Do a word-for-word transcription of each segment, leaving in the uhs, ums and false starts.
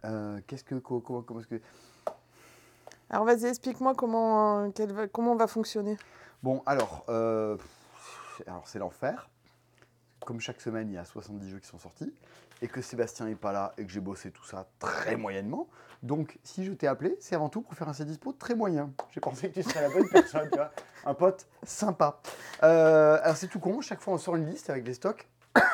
Euh, qu'est-ce que... Comment, comment, comment est-ce que... Alors vas-y, explique-moi comment, euh, quel va, comment on va fonctionner. Bon, alors, euh, alors c'est l'enfer. Comme chaque semaine, il y a soixante-dix jeux qui sont sortis. Et que Sébastien n'est pas là et que j'ai bossé tout ça très moyennement. Donc, si je t'ai appelé, c'est avant tout pour faire un C-Dispo très moyen. J'ai pensé que tu serais la bonne personne, tu vois. Un pote sympa. Euh, alors, c'est tout con. Chaque fois, on sort une liste avec les stocks.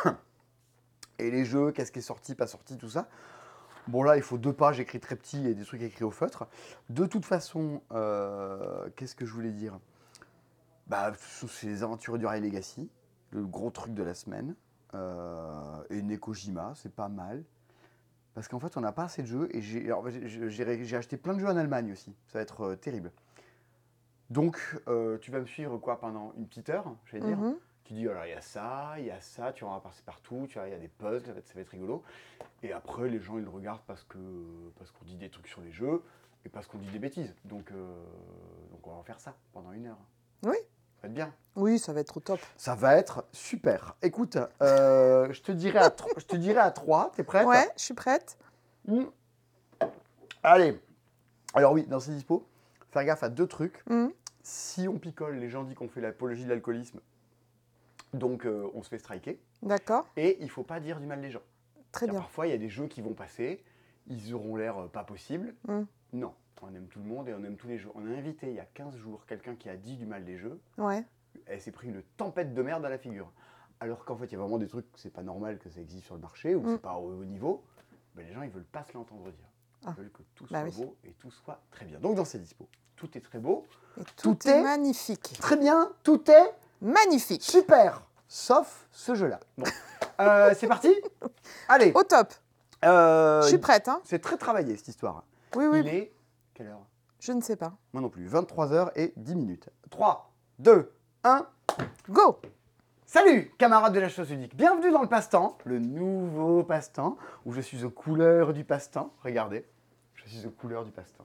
Et les jeux, qu'est-ce qui est sorti, pas sorti, tout ça. Bon, là, il faut deux pages écrites très petits et des trucs écrits au feutre. De toute façon, euh, qu'est-ce que je voulais dire? Bah, c'est les Aventuriers du Rail Legacy, le gros truc de la semaine. Euh, et Nekojima, c'est pas mal. Parce qu'en fait, on n'a pas assez de jeux. Et j'ai, alors, j'ai, j'ai, j'ai acheté plein de jeux en Allemagne aussi. Ça va être euh, terrible. Donc, euh, tu vas me suivre quoi pendant une petite heure, j'allais dire. Mhm. Tu dis, alors il y a ça, il y a ça, tu vas passer partout, tu vois, il y a des puzzles, ça va, être, ça va être rigolo. Et après, les gens, ils le regardent parce, que, parce qu'on dit des trucs sur les jeux et parce qu'on dit des bêtises. Donc, euh, donc on va en faire ça pendant une heure. Oui. Ça va être bien. Oui, ça va être au top. Ça va être super. Écoute, euh, je te dirai à, tro- je te dirai à trois. T'es prête? Ouais, je suis prête. Mmh. Allez. Alors oui, dans ces dispos, faire gaffe à deux trucs. Mhm. Si on picole, les gens disent qu'on fait l'apologie de l'alcoolisme. Donc, euh, on se fait striker. D'accord. Et il ne faut pas dire du mal des gens. Très bien. Parfois, il y a des jeux qui vont passer. Ils auront l'air euh, pas possible. Mhm. Non. On aime tout le monde et on aime tous les jeux. On a invité il y a quinze jours quelqu'un qui a dit du mal des jeux. Ouais. Elle s'est pris une tempête de merde à la figure. Alors qu'en fait, il y a vraiment des trucs, c'est pas normal que ça existe sur le marché ou Mm. c'est pas au haut niveau. Mais les gens, ils veulent pas se l'entendre dire. Ils Ah. veulent que tout Bah soit oui. beau et tout soit très bien. Donc dans ces dispos, tout est très beau, Et tout, Tout est, est- magnifique. très bien, tout est Magnifique. super, sauf ce jeu-là. Bon, Euh, c'est parti. Allez, Au top. euh, Je suis prête, hein. c'est très travaillé cette histoire. Oui, oui. Il est quelle heure? Je ne sais pas. Moi non plus. vingt-trois heures et dix minutes. trois, deux, un. Go. Salut, camarades de la chose unique. Bienvenue dans le passe-temps, le nouveau passe-temps, où je suis aux couleurs du passe-temps. Regardez, je suis aux couleurs du passe-temps.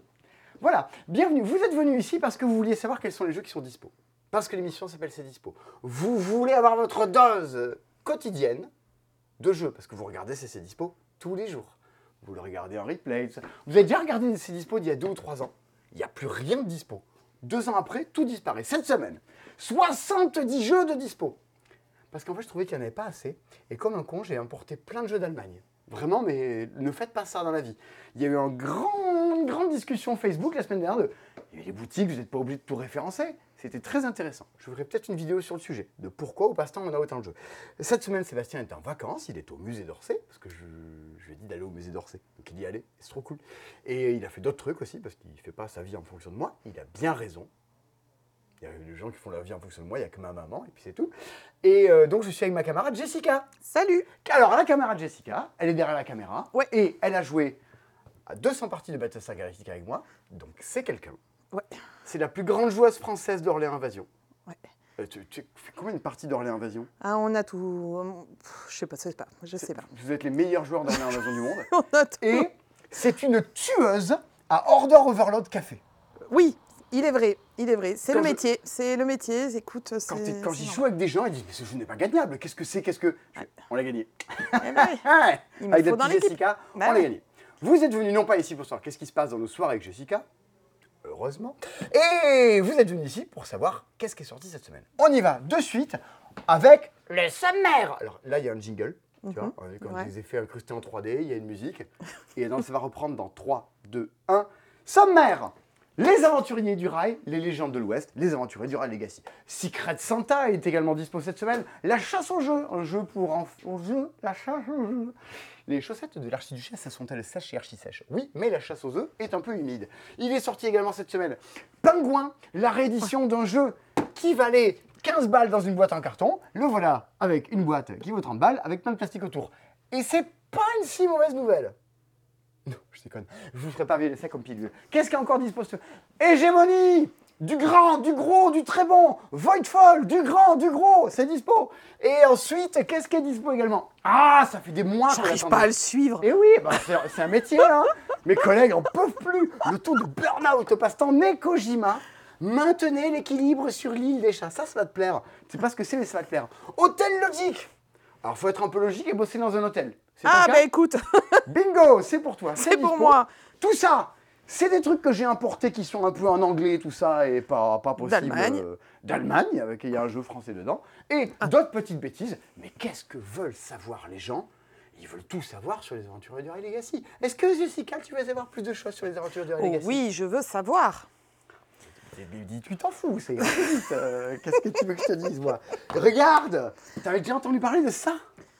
Voilà, bienvenue. Vous êtes venus ici parce que vous vouliez savoir quels sont les jeux qui sont dispo. Parce que l'émission s'appelle C'est Dispo. Vous voulez avoir votre dose quotidienne de jeux, parce que vous regardez C'est Dispo tous les jours. Vous le regardez en replay. Tout ça. Vous avez déjà regardé C'est Dispo d'il y a deux ou trois ans. Il n'y a plus rien de dispo. Deux ans après, tout disparaît. Cette semaine, soixante-dix jeux de dispo. Parce qu'en fait, je trouvais qu'il n'y en avait pas assez. Et comme un con, j'ai importé plein de jeux d'Allemagne. Vraiment, mais ne faites pas ça dans la vie. Il y a eu un grand, une grande discussion Facebook la semaine dernière. De, il y avait les boutiques, vous n'êtes pas obligé de tout référencer. C'était très intéressant. Je ferai peut-être une vidéo sur le sujet, de pourquoi au passe-temps on a autant de jeux. Cette semaine, Sébastien est en vacances, il est au musée d'Orsay, parce que je, je lui ai dit d'aller au musée d'Orsay. Donc il y allait, c'est trop cool. Et il a fait d'autres trucs aussi, parce qu'il ne fait pas sa vie en fonction de moi. Il a bien raison. Il y a des gens qui font leur vie en fonction de moi, il n'y a que ma maman, et puis c'est tout. Et euh, donc je suis avec ma camarade Jessica. Salut. Alors la camarade Jessica, elle est derrière la caméra, Ouais. et elle a joué à deux cents parties de Battlestar Galactica avec moi, donc c'est quelqu'un. Ouais. C'est la plus grande joueuse française d'Orléans Invasion. Ouais. Euh, tu, tu fais combien de parties d'Orléans Invasion? Ah, on a tout. Pff, je sais pas, je sais pas. Je sais pas. Vous êtes les meilleurs joueurs d'Orléans Invasion du monde. On a tout. Et c'est une tueuse à Order Overload Café. Oui, il est vrai. Il est vrai. C'est Quand le je- métier. C'est le métier. Écoute, Quand, c'est. t'es- quand c'est j'y normal. joue avec des gens, ils disent mais ce jeu n'est pas gagnable. Qu'est-ce que c'est? Qu'est-ce que Je fais, on l'a gagné. Eh ben oui. Ouais. Il me Avec faut la dans petite l'équipe. Jessica, Bah on l'a ouais. gagné. Vous êtes venus non pas ici pour savoir qu'est-ce qui se passe dans nos soirées avec Jessica, heureusement, et vous êtes venus ici pour savoir qu'est-ce qui est sorti cette semaine. On y va de suite avec le sommaire. Alors là, il y a un jingle, tu Mhm. vois, avec Ouais. des effets incrustés en trois D, il y a une musique, et donc ça va reprendre dans trois, deux, un. Sommaire. Les aventuriers du rail, les légendes de l'Ouest, les aventuriers du rail Legacy. Secret Santa est également dispo cette semaine. La chasse au jeu, un jeu pour enfants. Jeu, la chasse au jeu. Les chaussettes de l'archiduchesse, sont-elles sèches et archi-sèches? Oui, mais la chasse aux œufs est un peu humide. Il est sorti également cette semaine. Pingouin, la réédition d'un jeu qui valait quinze balles dans une boîte en carton. Le voilà avec une boîte qui vaut trente balles, avec plein de plastique autour. Et c'est pas une si mauvaise nouvelle. Non, je déconne. Je vous ferai pas vivre ça comme pilule. Qu'est-ce qu'il y a encore dispo? Hégémonie! Du grand, du gros, du très bon. Voidfall, du grand, du gros. C'est dispo. Et ensuite, qu'est-ce qui est dispo également? Ah, ça fait des mois qu'on J'arrive attendait. pas à le suivre. Et oui, bah, c'est, c'est un métier, hein. Mes collègues en peuvent plus. Le taux de burn-out au passe-temps Nekojima. Maintenez l'équilibre sur l'île des chats. Ça, ça va te plaire. Tu sais pas ce que c'est, mais ça va te plaire. Hôtel logique. Alors, faut être un peu logique et bosser dans un hôtel. C'est ton Ah, cas bah écoute, Bingo, c'est pour toi. c'est pour dispo. moi. Tout ça, c'est des trucs que j'ai importés qui sont un peu en anglais, tout ça, et pas, pas possible. D'Allemagne. euh, D'Allemagne, avec il y a un jeu français dedans. Et Ah. d'autres petites bêtises. Mais qu'est-ce que veulent savoir les gens? Ils veulent tout savoir sur les aventuriers du Rail Legacy. Est-ce que Jessica, tu veux savoir plus de choses sur les aventuriers du Rail Oh Legacy? oui, je veux savoir. Eh bien, dis, tu t'en fous, c'est gratuit. euh, Qu'est-ce que tu veux que je te dise, moi? Regarde, t'avais déjà entendu parler de ça?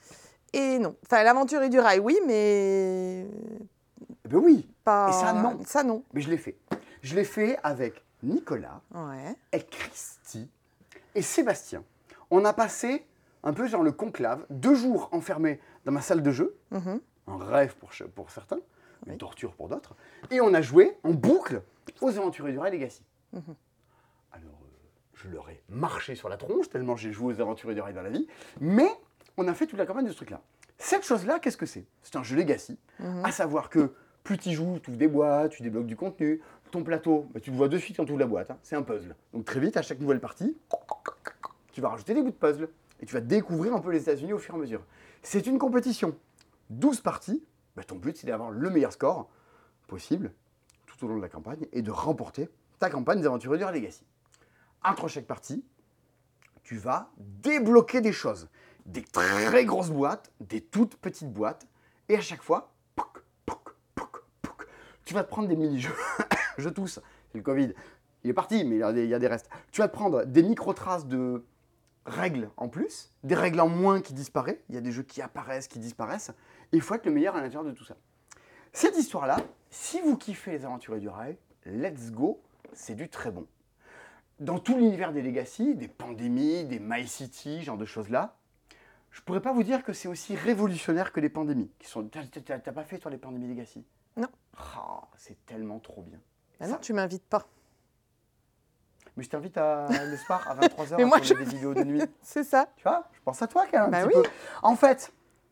Et non. Enfin, l'aventurier du rail, oui, mais Eh bien oui, pas... et ça, non. Ça, non. Mais je l'ai fait. Je l'ai fait avec Nicolas, Ouais. et Christy et Sébastien. On a passé un peu genre le conclave, deux jours enfermés dans ma salle de jeu, Mhm. un rêve pour, ch- pour certains, une Oui. torture pour d'autres, et on a joué en boucle aux aventuriers du Rail Legacy. Mhm. Alors, euh, je leur ai marché sur la tronche, tellement j'ai joué aux aventuriers du Rail dans la vie, mais on a fait toute la campagne de ce truc-là. Cette chose-là, qu'est-ce que c'est? C'est un jeu Legacy, Mhm. à savoir que plus tu joues, tu ouvres des boîtes, tu débloques du contenu, ton plateau, bah, tu le vois de suite quand tu ouvres la boîte, hein, c'est un puzzle. Donc très vite, à chaque nouvelle partie, tu vas rajouter des bouts de puzzle, et tu vas découvrir un peu les États-Unis au fur et à mesure. C'est une compétition. douze parties, bah, ton but c'est d'avoir le meilleur score possible tout au long de la campagne, et de remporter ta campagne des aventuriers du Rail Legacy. Entre chaque partie, tu vas débloquer des choses. Des très grosses boîtes, des toutes petites boîtes, et à chaque fois, pouc, pouc, pouc, pouc, tu vas te prendre des mini-jeux. Je tousse, c'est le Covid. Il est parti, mais il y a des, il y a des restes. Tu vas te prendre des micro-traces de règles en plus, des règles en moins qui disparaissent. Il y a des jeux qui apparaissent, qui disparaissent. Et il faut être le meilleur à l'intérieur de tout ça. Cette histoire-là, si vous kiffez les aventuriers du rail, let's go, c'est du très bon. Dans tout l'univers des Legacy, des pandémies, des My City, genre de choses-là, je pourrais pas vous dire que c'est aussi révolutionnaire que les pandémies. Qui sont... T'as, t'as- t'as pas fait, toi, les pandémies Legacy? Non. Ah, c'est tellement trop bien. Ah Ça- non, tu m'invites pas. Mais je t'invite à, le soir, à vingt-trois heures, Mais à moi, tourner je- des vidéos de nuit. C'est ça. Tu vois, je pense à toi quand même un Bah petit oui. peu. En fait,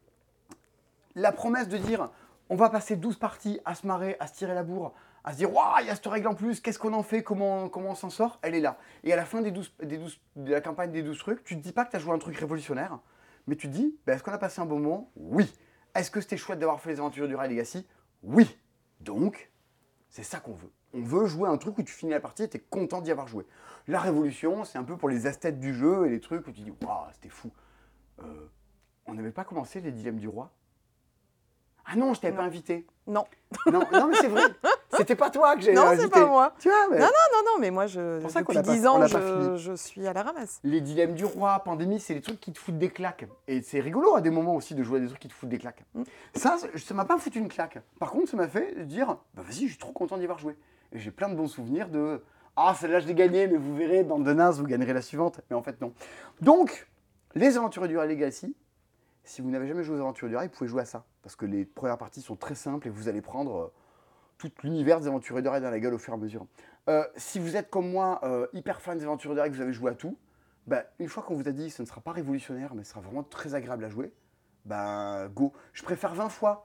la promesse de dire on va passer douze parties à se marrer, à se tirer la bourre, à se dire waouh, il y a cette règle en plus, qu'est-ce qu'on en fait, comment, comment on s'en sort, elle est là. Et à la fin des douze, des douze, de la campagne des douze trucs, tu te dis pas que tu as joué un truc révolutionnaire, mais tu te dis ben, est-ce qu'on a passé un bon moment? Oui. Est-ce que c'était chouette d'avoir fait les aventures du Rail Legacy? Oui. Donc, c'est ça qu'on veut. On veut jouer un truc où tu finis la partie et tu es content d'y avoir joué. La révolution, c'est un peu pour les esthètes du jeu et les trucs où tu dis waouh, c'était fou. Euh, on n'avait pas commencé les dilemmes du roi? Ah non, je t'avais pas invité. Non. Non, non mais c'est vrai. C'était pas toi que j'ai Non, invité. c'est pas moi. Tu vois, mais Non, non, non, mais moi, je, pour ça qu'on depuis l'a pas- dix on ans, l'a pas fini. je, je suis à la ramasse. les dilemmes du roi, pandémie, c'est les trucs qui te foutent des claques. Et c'est rigolo à des moments aussi de jouer à des trucs qui te foutent des claques. Mm. Ça, ça m'a pas foutu une claque. Par contre, ça m'a fait dire, bah vas-y, je suis trop content d'y avoir joué. Et j'ai plein de bons souvenirs de, ah celle-là je l'ai gagnée, mais vous verrez, bande de nazes, vous gagnerez la suivante. Mais en fait non. Donc, les aventuriers du Rail Legacy, si vous n'avez jamais joué aux aventuriers du Rail, vous pouvez jouer à ça. Parce que les premières parties sont très simples et vous allez prendre euh, tout l'univers des aventuriers du Rail dans la gueule au fur et à mesure. Euh, si vous êtes comme moi, euh, hyper fan des aventuriers du Rail, que vous avez joué à tout, bah, une fois qu'on vous a dit ce ne sera pas révolutionnaire, mais ce sera vraiment très agréable à jouer, bah go. Je préfère vingt fois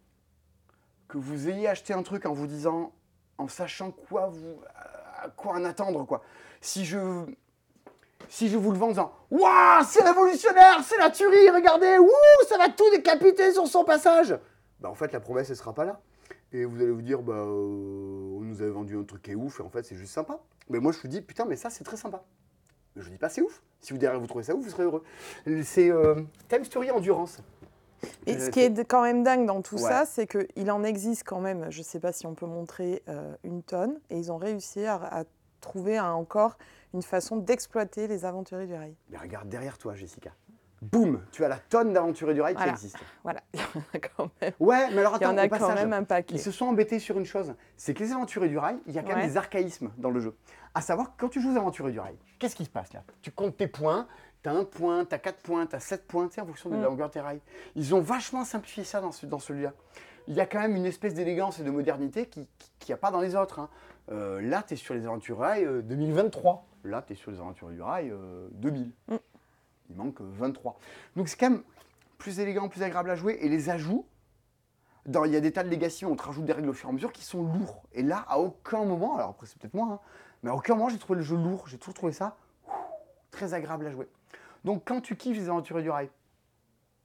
que vous ayez acheté un truc en vous disant, en sachant quoi, vous, à quoi en attendre, quoi. Si je, si je vous le vends en disant, waouh, c'est révolutionnaire, c'est la tuerie, regardez, wouh, ça va tout décapiter sur son passage, bah en fait la promesse elle sera pas là. Et vous allez vous dire, bah, euh, on nous avait vendu un truc qui est ouf, et en fait c'est juste sympa. Mais moi je vous dis, putain, mais ça c'est très sympa. Mais je vous dis pas c'est ouf. Si vous derrière vous trouvez ça ouf, vous serez heureux. C'est euh, Time Story Endurance. Et Euh, ce qui est quand même dingue dans tout Ouais. ça, c'est qu'il en existe quand même, je ne sais pas si on peut montrer euh, une tonne, et ils ont réussi à, à trouver un- encore une façon d'exploiter les aventuriers du rail. Mais regarde derrière toi, Jessica. Boum, tu as la tonne d'aventuriers du rail Voilà. qui existe. Voilà, il y en a quand même, Ouais, mais alors il y attends, en a au quand passage, même un paquet. ils se sont embêtés sur une chose, c'est que les aventuriers du rail, il y a quand même Ouais. des archaïsmes dans le jeu. À savoir, quand tu joues aux aventuriers du rail, qu'est-ce qui se passe là? Tu comptes tes points, t'as un point, t'as quatre points, t'as sept points, tu sais, en fonction de la Mm. longueur de tes rails. Ils ont vachement simplifié ça dans, ce, dans celui-là. Il y a quand même une espèce d'élégance et de modernité qu'il n'y a pas dans les autres. Hein. Euh, là, tu es sur les aventuriers du rail euh, deux mille vingt-trois. Là, tu es sur les aventuriers du rail euh, deux mille. Mm. Il manque euh, vingt-trois. Donc c'est quand même plus élégant, plus agréable à jouer. Et les ajouts, dans- il y a des tas de Legacy où on te rajoute des règles au fur et à mesure qui sont lourds. Et là, à aucun moment, alors après c'est peut-être moi, hein, mais à aucun moment j'ai trouvé le jeu lourd. J'ai toujours trouvé ça ouh, très agréable à jouer. Donc quand tu kiffes les aventuriers du rail,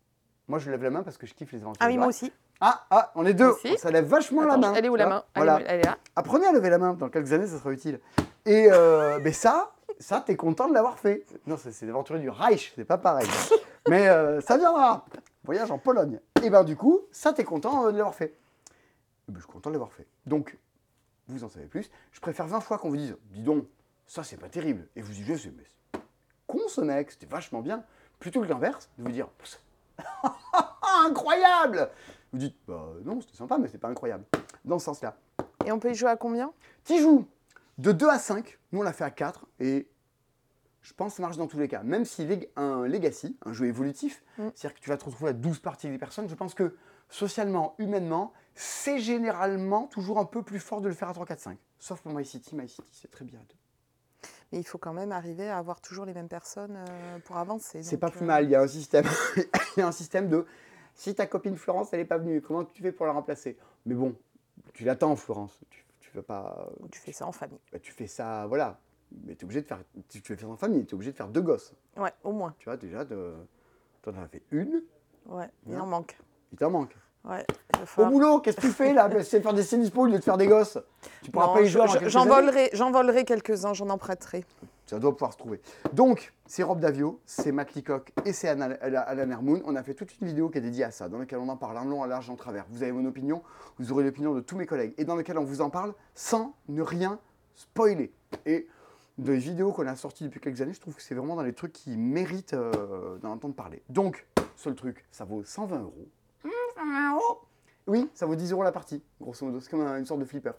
Moi, je lève la main parce que je kiffe les aventures. Ah oui, du moi rail. aussi. Ah, ah, on est deux. Aussi. Ça lève vachement Attends, la main. elle est où tu la vois. main? Voilà. Elle est, où elle est là. Apprenez à lever la main. Dans quelques années, ça sera utile. Et euh, mais ça, ça, t'es content de l'avoir fait. Non, c'est c'est l'aventurier du Reich, c'est pas pareil. Mais euh, ça viendra. Voyage en Pologne. Et ben du coup, ça, t'es content euh, de l'avoir fait. Eh ben, je suis content de l'avoir fait. Donc, vous en savez plus. Je préfère vingt fois qu'on vous dise, dis donc, ça, c'est pas terrible. Et vous dites, je sais, mais c'est con ce mec, c'était vachement bien. Plutôt que l'inverse, de vous dire, incroyable. Vous dites, bah non, c'était sympa, mais c'est pas incroyable. Dans ce sens-là. Et on peut y jouer à combien? Qui joue de deux à cinq, nous on l'a fait à quatre, et je pense que ça marche dans tous les cas. Même si leg- un legacy, un jeu évolutif, Mm. c'est-à-dire que tu vas te retrouver à douze parties avec des personnes, je pense que socialement, humainement, c'est généralement toujours un peu plus fort de le faire à trois, quatre, cinq. Sauf pour My City, My City c'est très bien à deux. Mais il faut quand même arriver à avoir toujours les mêmes personnes euh, pour avancer. C'est donc, pas plus euh, mal, il y a un système, il y a un système de si ta copine Florence elle n'est pas venue, comment tu fais pour la remplacer? Mais bon, tu l'attends Florence, tu, tu vas pas. ou tu fais ça en famille. Bah, tu fais ça, voilà. Mais tu es obligé de faire. Tu tu fais ça en famille, tu es obligé de faire deux gosses. Ouais, au moins. Tu vois, déjà, de... toi, t'en as fait une, Ouais, il Hein en manque. il t'en manque. Ouais, il va Au falloir- boulot, qu'est-ce que tu fais là? C'est de faire des dispo au lieu de faire des gosses. Tu pourras Non, pas y je- jouer avant je- quelques j'en années. volerai, j'en volerai quelques-uns, j'en emprunterai. Ça doit pouvoir se trouver. Donc, c'est Rob Davio, c'est Matt Leacock et c'est Anna- Alan Hermoun. On a fait toute une vidéo qui est dédiée à ça, dans laquelle on en parle en long, en large, en travers. Vous avez mon opinion, vous aurez l'opinion de tous mes collègues, et dans laquelle on vous en parle sans ne rien spoiler. Et des vidéos qu'on a sorties depuis quelques années, je trouve que c'est vraiment dans les trucs qui méritent euh, d'en entendre parler. Donc, seul truc, ça vaut cent vingt euros. Mmh, cent vingt euros. Oui, ça vaut dix euros la partie, grosso modo. C'est comme un- une sorte de flipper.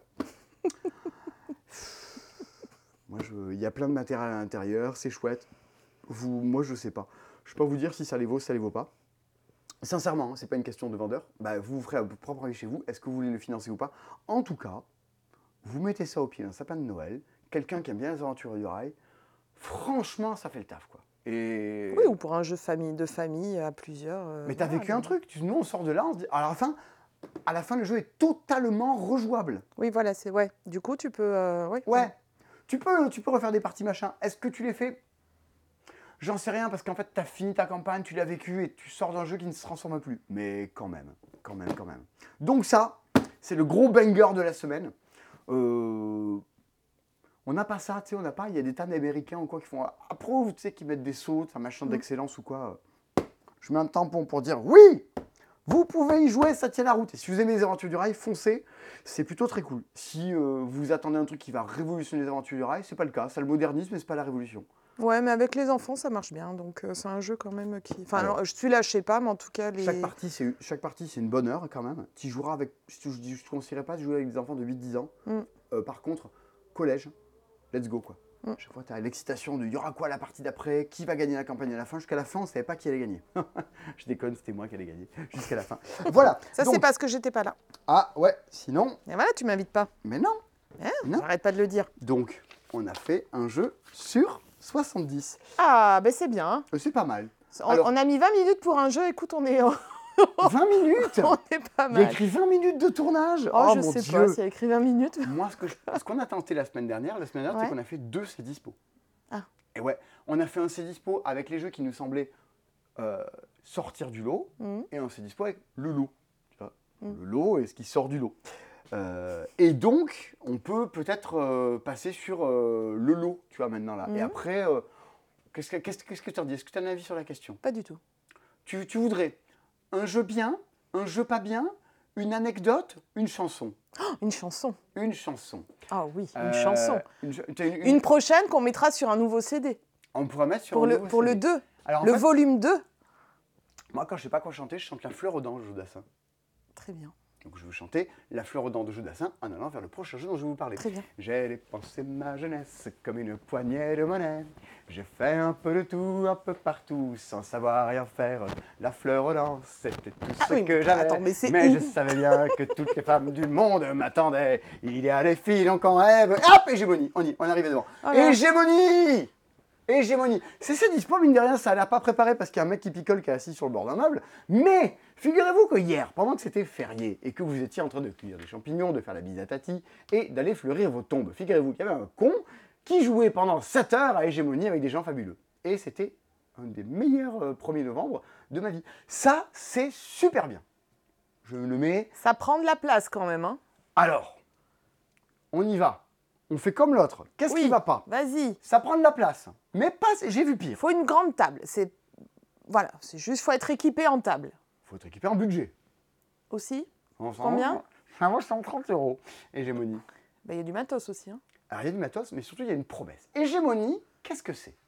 Moi, je- il y a plein de matériel à l'intérieur, c'est chouette. Vous, moi, je sais pas. Je peux pas vous dire si ça les vaut, si ça les vaut pas. Sincèrement, hein, c'est pas une question de vendeur. Bah, vous vous ferez à votre propre avis chez vous. Est-ce que vous voulez le financer ou pas? En tout cas, vous mettez ça au pied d'un sapin de Noël. Quelqu'un qui aime bien les aventures du rail. Franchement, ça fait le taf, quoi. Et... Oui, ou pour un jeu famille, de famille à plusieurs. euh, Mais t'as voilà, vécu un donc- truc. Tu- Nous, on sort de là, on se dit. À la fin, à la fin, le jeu est totalement rejouable. Oui, voilà, c'est ouais. Du coup, tu peux. euh, ouais. Ouais. Tu peux, tu peux refaire des parties machin. Est-ce que tu les fais? J'en sais rien parce qu'en fait, tu as fini ta campagne, tu l'as vécu et tu sors d'un jeu qui ne se transforme plus. Mais quand même, quand même, quand même. Donc ça, c'est le gros banger de la semaine. Euh, On n'a pas ça, tu sais, on n'a pas. Il y a des tas d'Américains ou quoi qui font approve, tu sais, qui mettent des sauts, un machin Mm. d'excellence ou quoi. Je mets un tampon pour dire oui, vous pouvez y jouer, ça tient la route. Et si vous aimez les aventures du rail, foncez, c'est plutôt très cool. Si euh, vous attendez un truc qui va révolutionner les aventures du rail, c'est pas le cas. C'est le modernisme, mais c'est pas la révolution. Ouais, mais avec les enfants, ça marche bien. Donc, euh, c'est un jeu quand même qui. Enfin, Alors, alors, je suis là, je sais pas, mais en tout cas, les. Chaque partie, c'est chaque partie, c'est une bonne heure quand même. Tu joueras avec. Je ne te conseillerais pas de jouer avec des enfants de huit dix ans. Mm. Euh, par contre, collège, let's go quoi. Mm. Chaque fois, tu as l'excitation de il y aura quoi la partie d'après, qui va gagner la campagne à la fin. Jusqu'à la fin, on ne savait pas qui allait gagner. Je déconne, c'était moi qui allais gagner. Jusqu'à la fin. Voilà. Ça, Donc- c'est parce que j'étais pas là. Ah ouais, sinon. Et voilà, tu m'invites pas. Mais non. Hein Non. J'arrête pas de le dire. Donc, on a fait un jeu sur soixante-dix. Ah, ben c'est bien. Euh, C'est pas mal. On, Alors- on a mis vingt minutes pour un jeu. Écoute, on est, vingt minutes. on est pas Il y a mal. écrit vingt minutes de tournage. Oh, Oh, je mon sais Dieu. pas s'il y a écrit vingt minutes. Moi, ce que je- ce qu'on a tenté la semaine dernière, la semaine dernière, Ouais. c'est qu'on a fait deux C'est Dispo. Ah. Et ouais, on a fait un C'est Dispo avec les jeux qui nous semblaient euh, sortir du lot, Mhm. et un C'est Dispo avec le lot. Tu vois, Mhm. Le lot et ce qui sort du lot. Euh, et donc, on peut peut-être euh, passer sur euh, le lot, tu vois, maintenant là. Et Mhm. après, euh, qu'est-ce que qu'est-ce, qu'est-ce que tu en dis? Est-ce que tu as un avis sur la question? Pas du tout. tu, tu voudrais un jeu bien, un jeu pas bien, une anecdote, une chanson? Oh, une chanson. Une chanson. Ah oui, une Euh, chanson. Une, ch- t'as une- une- Une prochaine qu'on mettra sur un nouveau C D. On pourra mettre sur Pour un le, nouveau pour le C D. deux. Alors, en Le fait, volume deux. moi, quand je sais pas quoi chanter, je chante La Fleur aux dents de Jodassin. Très bien. Donc, je veux chanter La Fleur aux dents de Jodassin en allant vers le prochain jeu dont je vais vous parler. Très bien. J'ai dépensé ma jeunesse comme une poignée de monnaie. J'ai fait un peu de tout, un peu partout, sans savoir rien faire. La fleur aux dents, c'était tout Ah ce oui, que j'avais. attends, mais c'est mais où je savais bien que toutes les femmes du monde m'attendaient. Il y a des filles donc en rêve. Hop, hégémonie. On y est, on est arrivé devant. Oh là. Hégémonie. Hégémonie. C'est C'est Dispo, mine de rien, ça a l'air pas préparé parce qu'il y a un mec qui picole qui est assis sur le bord d'un meuble. Mais figurez-vous que hier, pendant que c'était férié et que vous étiez en train de cueillir des champignons, de faire la bise à Tati et d'aller fleurir vos tombes, figurez-vous qu'il y avait un con qui jouait pendant sept heures à Hégémonie avec des gens fabuleux. Et c'était un des meilleurs euh, premier novembre de ma vie. Ça, c'est super bien. Je le mets. Ça prend de la place quand même, hein. Alors, on y va. On fait comme l'autre. Qu'est-ce Oui, qui va pas? Vas-y. Ça prend de la place. Mais pas, j'ai vu pire. Il faut une grande table. C'est voilà, c'est juste, faut être équipé en table. Il faut être équipé en budget. Aussi. On s'en- Combien? Ça va cent trente euros. Hégémonie. Ben, il y a du matos aussi, hein. Alors, il y a du matos, mais surtout, il y a une promesse. Hégémonie, qu'est-ce que c'est?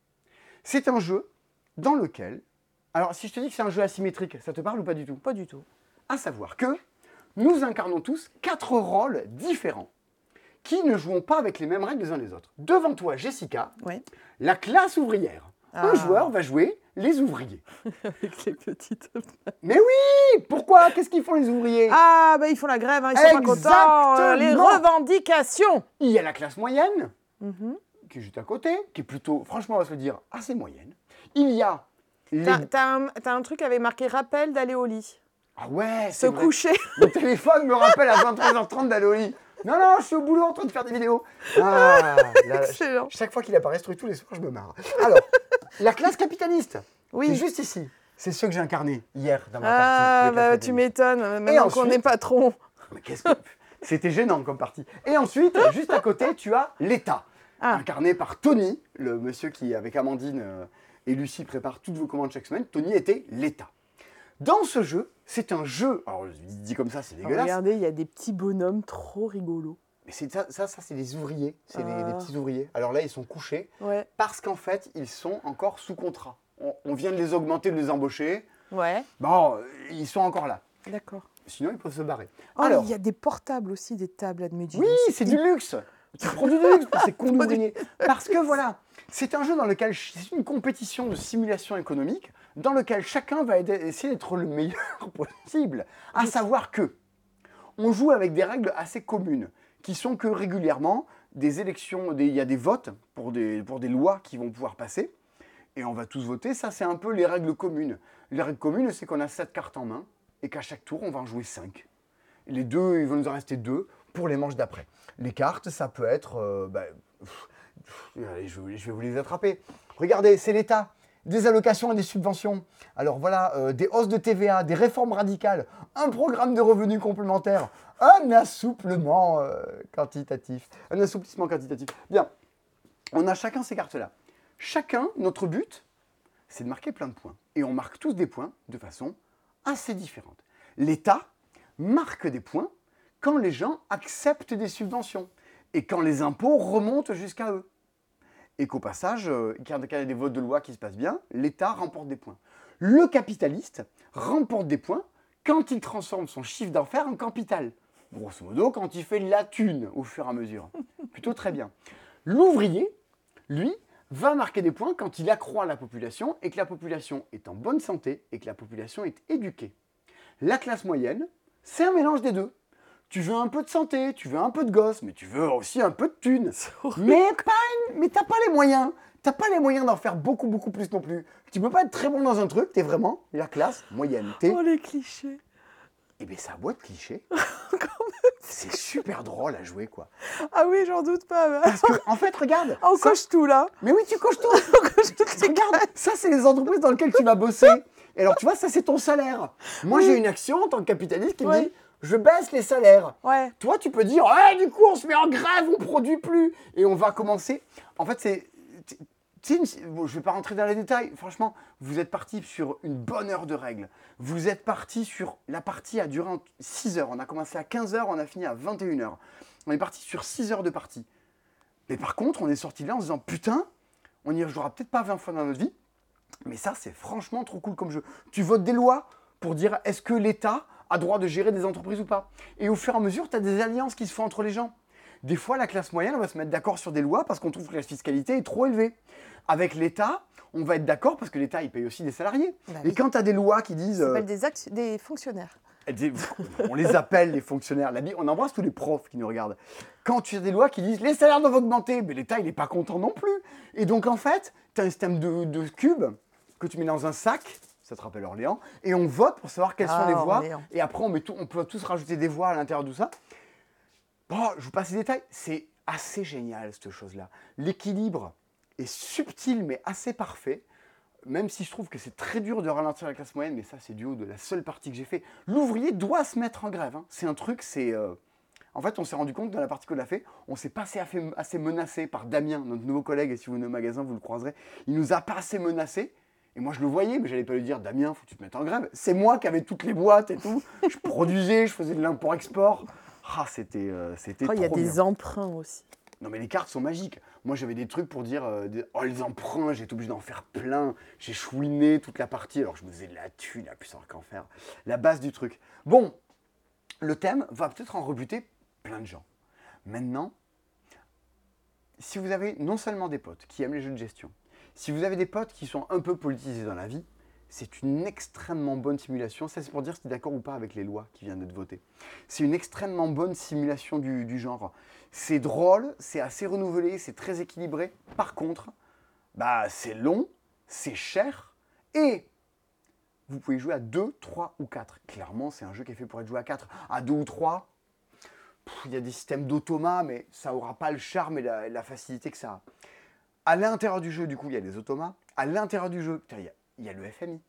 C'est un jeu dans lequel... Alors, si je te dis que c'est un jeu asymétrique, ça te parle ou pas du tout? Pas du tout. À savoir que nous incarnons tous quatre rôles différents qui ne jouons pas avec les mêmes règles les uns les autres. Devant toi, Jessica, Oui. la classe ouvrière. Un Ah. joueur va jouer les ouvriers. Avec les petites. Mais oui! Pourquoi? Qu'est-ce qu'ils font les ouvriers? Ah, ben ils font la grève, hein, ils sont pas contents. euh, Les Exactement. revendications. Il y a la classe moyenne, Mhm. qui est juste à côté, qui est plutôt, franchement, on va se le dire, assez moyenne. Il y a les... T'as t'as un, t'as un truc avec marqué rappel d'aller au lit. Ah ouais, Se c'est vrai. coucher. Mon téléphone me rappelle à vingt-trois heures trente d'aller au lit. Non, non, je suis au boulot en train de faire des vidéos. Ah, là, Excellent. chaque fois qu'il apparaît ce truc, tous les soirs, je me marre. Alors, la classe capitaliste, Oui. c'est juste ici. C'est ceux que j'ai incarnés hier dans ma Ah, partie. de classe bah tu capitaliste. m'étonnes. Maintenant qu'on ensuite- est patron. Mais qu'est-ce que... C'était gênant comme partie. Et ensuite, juste à côté, tu as l'État, Ah. incarné par Tony, le monsieur qui, avec Amandine euh, et Lucie, prépare toutes vos commandes chaque semaine. Tony était l'État. Dans ce jeu, c'est un jeu... Alors, dit comme ça, c'est dégueulasse. Regardez, il y a des petits bonhommes trop rigolos. Mais c'est ça, ça, ça c'est les ouvriers, c'est les, Ah. les petits ouvriers. Alors là, ils sont couchés Ouais. parce qu'en fait, ils sont encore sous contrat. On, on vient de les augmenter, de les embaucher. Ouais. Bon, euh, ils sont encore là. D'accord. Sinon, ils peuvent se barrer. Oh, Alors, il y a des portables aussi, des tables admettines. oui, c'est du luxe. Tu produis du luxe pour ces cons d'ouvriers. Parce que voilà, c'est un jeu dans lequel ch- c'est une compétition de simulation économique dans lequel chacun va aider- essayer d'être le meilleur possible. À savoir que on joue avec des règles assez communes qui sont que régulièrement, des élections, des- il y a des votes pour des, pour des lois qui vont pouvoir passer. Et on va tous voter. Ça, c'est un peu les règles communes. Les règles communes, c'est qu'on a sept cartes en main et qu'à chaque tour, on va en jouer cinq. Les deux, il va nous en rester deux pour les manches d'après. Les cartes, ça peut être... euh, bah, pff, pff, allez, je, je vais vous les attraper. Regardez, c'est l'État. Des allocations et des subventions. Alors voilà, euh, des hausses de T V A, des réformes radicales, un programme de revenus complémentaires, un assouplement euh, quantitatif. Un assouplissement quantitatif. Bien, on a chacun ces cartes-là. Chacun, notre but, c'est de marquer plein de points. Et on marque tous des points de façon assez différente. L'État marque des points quand les gens acceptent des subventions et quand les impôts remontent jusqu'à eux. Et qu'au passage, euh, quand il y a des votes de loi qui se passent bien, l'État remporte des points. Le capitaliste remporte des points quand il transforme son chiffre d'affaires en capital. Grosso modo, quand il fait de la thune au fur et à mesure. Plutôt très bien. L'ouvrier, lui, va marquer des points quand il accroît la population et que la population est en bonne santé et que la population est éduquée. La classe moyenne, c'est un mélange des deux. Tu veux un peu de santé, tu veux un peu de gosse, mais tu veux aussi un peu de thunes. Mais pas une... mais t'as pas les moyens. T'as pas les moyens d'en faire beaucoup, beaucoup plus non plus. Tu peux pas être très bon dans un truc, t'es vraiment la classe moyenne. T'es... Oh, les clichés. Eh bien, ça a beau être cliché. C'est super drôle à jouer, quoi. Ah oui, j'en doute pas. Parce que, en fait, regarde. On ça- coche tout, là. Mais oui, tu coches tout. On coche toutes les Regarde, ça, c'est les entreprises dans lesquelles tu vas bosser. Et alors, tu vois, ça, c'est ton salaire. Moi, Oui. j'ai une action en tant que capitaliste qui me Ouais. dit, je baisse les salaires. Ouais. Toi, tu peux dire, ouais, du coup, on se met en grève, on produit plus. Et on va commencer. En fait, c'est... tu sais, une- bon, je ne vais pas rentrer dans les détails. Franchement, vous êtes parti sur une bonne heure de règles. Vous êtes parti sur... La partie a duré six heures. On a commencé à quinze heures, on a fini à vingt et une heures. On est parti sur six heures de partie. Mais par contre, on est sorti là en se disant, putain, on y rejouera peut-être pas vingt fois dans notre vie. Mais ça, c'est franchement trop cool comme jeu. Tu votes des lois pour dire, est-ce que l'État a droit de gérer des entreprises ou pas? Et au fur et à mesure, tu as des alliances qui se font entre les gens. Des fois, la classe moyenne, on va se mettre d'accord sur des lois parce qu'on trouve que la fiscalité est trop élevée. Avec l'État, on va être d'accord parce que l'État, il paye aussi des salariés. Bah Et oui. quand tu as des lois qui disent... Ça euh, s'appelle des, actu- des fonctionnaires. des- on les appelle les fonctionnaires. La bi- On embrasse tous les profs qui nous regardent. Quand tu as des lois qui disent les salaires doivent augmenter, mais l'État, il n'est pas content non plus. Et donc, en fait, tu as un système de, de cubes que tu mets dans un sac, ça te rappelle Orléans, et on vote pour savoir quelles Ah, sont les voix. Orléans. Et après, on, met tout- on peut tous rajouter des voix à l'intérieur de tout ça. Bon, je vous passe les détails. C'est assez génial, cette chose-là. L'équilibre est subtil, mais assez parfait. même si je trouve que c'est très dur de ralentir la classe moyenne, mais ça c'est du haut de la seule partie que j'ai fait, l'ouvrier doit se mettre en grève. Hein. C'est un truc, c'est... Euh... En fait, on s'est rendu compte dans la partie qu'on a fait, on s'est pas assez, assez menacé par Damien, notre nouveau collègue, et si vous venez au magasin, vous le croiserez. Il nous a pas assez menacé. Et moi, je le voyais, mais j'allais pas lui dire, Damien, faut que tu te mettes en grève. C'est moi qui avais toutes les boîtes et tout. Je produisais, je faisais de l'import-export. Ah, c'était euh, c'était Oh, il y a trop des bien. emprunts aussi. Non, mais les cartes sont magiques. Moi, j'avais des trucs pour dire, euh, des- oh, les emprunts, j'ai été obligé d'en faire plein. J'ai chouiné toute la partie, alors que je me faisais de la thune, la plus savoir qu'en faire. La base du truc. Bon, le thème va peut-être en rebuter plein de gens. Maintenant, si vous avez non seulement des potes qui aiment les jeux de gestion, si vous avez des potes qui sont un peu politisés dans la vie, c'est une extrêmement bonne simulation. Ça, c'est pour dire si tu es d'accord ou pas avec les lois qui viennent d'être votées. C'est une extrêmement bonne simulation du, du genre. C'est drôle, c'est assez renouvelé, c'est très équilibré. Par contre, bah, c'est long, c'est cher et vous pouvez jouer à deux, trois ou quatre. Clairement, c'est un jeu qui est fait pour être joué à quatre. À deux ou trois, il y a des systèmes d'automates, mais ça n'aura pas le charme et la, la facilité que ça a. À l'intérieur du jeu, du coup, il y a des automates. À l'intérieur du jeu, il y a, il y a le F M I.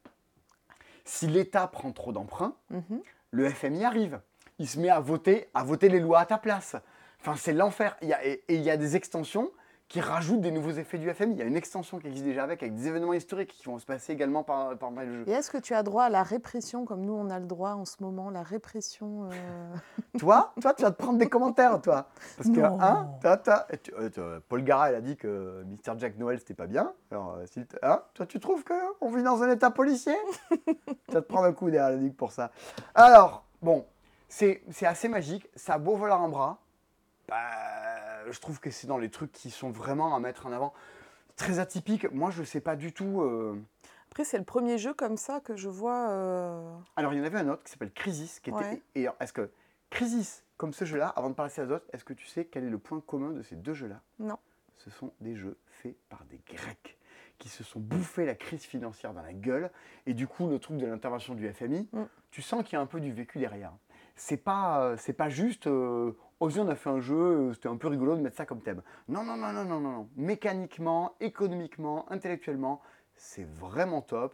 Si l'État prend trop d'emprunts, Mhm. le F M I arrive. Il se met à voter, à voter les lois à ta place. Enfin, c'est l'enfer. Il y a, et, et il y a des extensions qui rajoutent des nouveaux effets du F M I. Il y a une extension qui existe déjà avec, avec des événements historiques qui vont se passer également par, par le jeu. Et est-ce que tu as droit à la répression, comme nous on a le droit en ce moment, la répression euh... Toi, toi, tu vas te prendre des commentaires, toi. Parce que, Non. hein, toi, toi, tu- euh, tu- Paul Gara, il a dit que mister Jack Noël, c'était pas bien. Alors, euh, s'il te- hein, toi, tu trouves qu'on vit dans un état policier? Tu vas te prendre un coup derrière la nuque pour ça. Alors, bon, c'est c'est assez magique. Ça a beau voler en bras. Bah, je trouve que c'est dans les trucs qui sont vraiment à mettre en avant. Très atypique. Moi, je sais pas du tout. euh, Après, c'est le premier jeu comme ça que je vois. euh, Alors, il y en avait un autre qui s'appelle Crisis. Qui était... Ouais. Et alors, est-ce que Crisis, comme ce jeu-là, avant de passer à d'autres, est-ce que tu sais quel est le point commun de ces deux jeux-là? Non. Ce sont des jeux faits par des Grecs qui se sont bouffés la crise financière dans la gueule. Et du coup, le truc de l'intervention du F M I, Mm. tu sens qu'il y a un peu du vécu derrière. C'est pas, euh, c'est pas juste, euh, oh, viens, on a fait un jeu, euh, c'était un peu rigolo de mettre ça comme thème. Non, non, non, non, non, non, non. Mécaniquement, économiquement, intellectuellement, c'est vraiment top.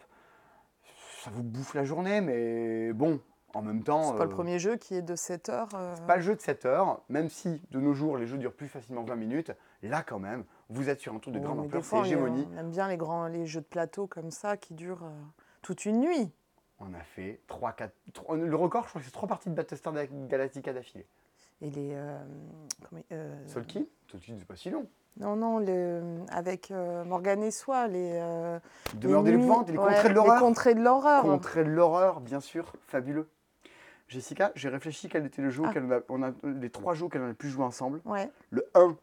Ça vous bouffe la journée, mais bon, en même temps... C'est pas euh, le premier jeu qui est de sept heures. euh, c'est pas le jeu de sept heures, même si de nos jours les jeux durent plus facilement vingt minutes. Là, quand même, vous êtes sur un truc de bon, grande mais ampleur, des c'est fois, on, est- hégémonie. on aime bien les, grands, les jeux de plateau comme ça qui durent euh, toute une nuit. On a fait trois, quatre. Le record, je crois que c'est trois parties de Battlestar Galactica d'affilée. Et les. euh, comment- euh, Soul Kill, Soul Kill, c'est pas si long. Non, non, le, avec euh, Morgane et Soi, les. euh, Demeure les de nuits- l'épouvante et les ouais, contrées de Les l'horreur. contrées de l'horreur. Contrées de l'horreur, bien sûr, fabuleux. Jessica, j'ai réfléchi quel était le jeu Ah. auquel on a, on a- les trois jeux auxquels on a le plus joué ensemble. Ouais, Le un,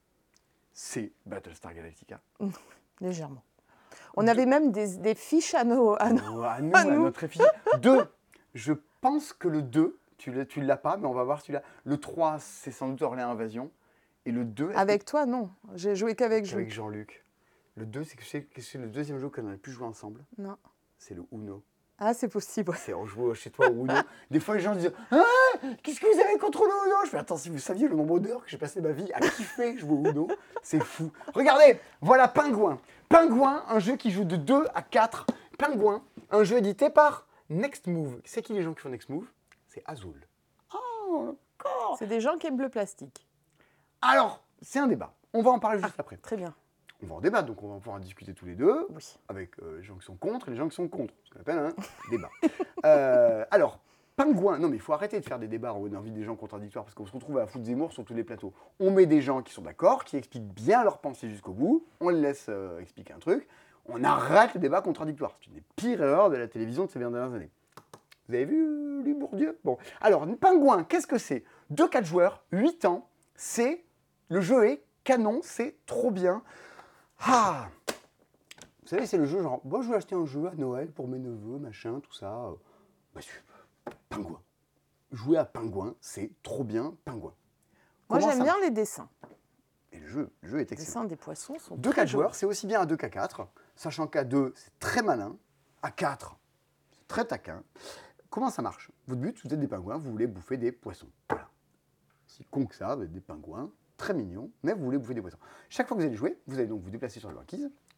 c'est Battlestar Galactica. légèrement. On Deux. avait même des, des fiches à nos. À nos- Oh, à nous, à à nous. notre effigie. Deux, je pense que le deux, tu l'as, tu l'as pas, mais on va voir si tu l'as. Le trois, c'est sans doute Orléans Invasion. Et le deux, est-ce Avec toi, non. J'ai joué qu'avec que- Jules. avec Jean-Luc. Le deux, c'est que c'est, que c'est le deuxième jeu qu'on a le plus joué ensemble. Non. C'est le Uno. Ah, c'est possible. ouais. C'est on joue chez toi au Uno. Des fois, les gens disent ah, qu'est-ce que vous avez contre le Uno? Je fais attends, si vous saviez le nombre d'heures que j'ai passé ma vie à kiffer jouer au Uno, c'est fou. Regardez, voilà Pingouin. Pingouin, un jeu qui joue de deux à quatre. Pingouin, un jeu édité par Next Move. C'est qui les gens qui font Next Move? C'est Azul. Oh, d'accord. C'est des gens qui aiment le plastique. Alors, c'est un débat. On va en parler juste après. Très bien. On va en débattre, donc on va pouvoir en discuter tous les deux. Oui. Avec euh, les gens qui sont contre et les gens qui sont contre. Ce qu'on appelle un débat. Euh, alors, Pingouin, non mais il faut arrêter de faire des débats en envie des gens contradictoires parce qu'on se retrouve à la foot Zemmour sur tous les plateaux. On met des gens qui sont d'accord, qui expliquent bien leur pensée jusqu'au bout, on les laisse euh, expliquer un truc, on arrête le débat contradictoire. C'est une des pires erreurs de la télévision de ces dernières années. Vous avez vu euh, lui Bourdieu? Bon, alors, Pingouin, qu'est-ce que c'est? deux quatre joueurs, huit ans, c'est... Le jeu est canon, c'est trop bien. Ah! Vous savez, c'est le jeu genre, moi je veux acheter un jeu à Noël pour mes neveux, machin, tout ça. Bah, c'est- Pingouin. Jouer à Pingouin, c'est trop bien, Pingouin. Moi, Comment j'aime ça bien marche? les dessins. Et le jeu, le jeu est Les excellent. dessins des poissons sont deux très quatre jolis. joueurs, c'est aussi bien à deux qu'à quatre, sachant qu'à deux, c'est très malin. À quatre, c'est très taquin. Comment ça marche? Votre but, vous êtes des pingouins, vous voulez bouffer des poissons. Voilà. Si con que ça, vous êtes des pingouins, très mignons, mais vous voulez bouffer des poissons. Chaque fois que vous allez jouer, vous allez donc vous déplacer sur la banquise,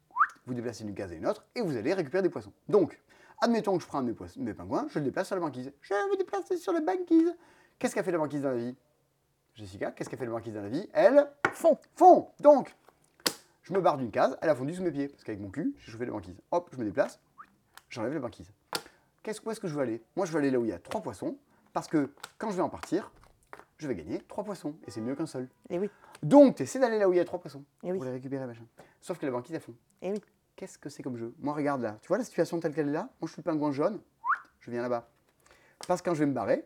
vous déplacez d'une case à une autre et vous allez récupérer des poissons. Donc, admettons que je prends un de mes, poissons, mes pingouins, je le déplace sur la banquise. Je vais me déplacer sur la banquise. Qu'est-ce qu'a fait la banquise dans la vie? Jessica, qu'est-ce qu'a fait la banquise dans la vie? Elle Fond. fond. Donc, je me barre d'une case, elle a fondu sous mes pieds. Parce qu'avec mon cul, j'ai chauffé la banquise. Hop, je me déplace, j'enlève la banquise. Qu'est-ce, où est-ce que je veux aller? Moi, je veux aller là où il y a trois poissons. Parce que quand je vais en partir, je vais gagner trois poissons. Et c'est mieux qu'un seul. Et oui. Donc, tu essaies d'aller là où il y a trois poissons. Et oui. Pour les récupérer, machin. Sauf que la banquise, elle fond. Et oui. Qu'est-ce que c'est comme jeu? Moi, regarde là. Tu vois la situation telle qu'elle est là? Moi, je suis le pingouin jaune. Je viens là-bas. Parce que quand je vais me barrer,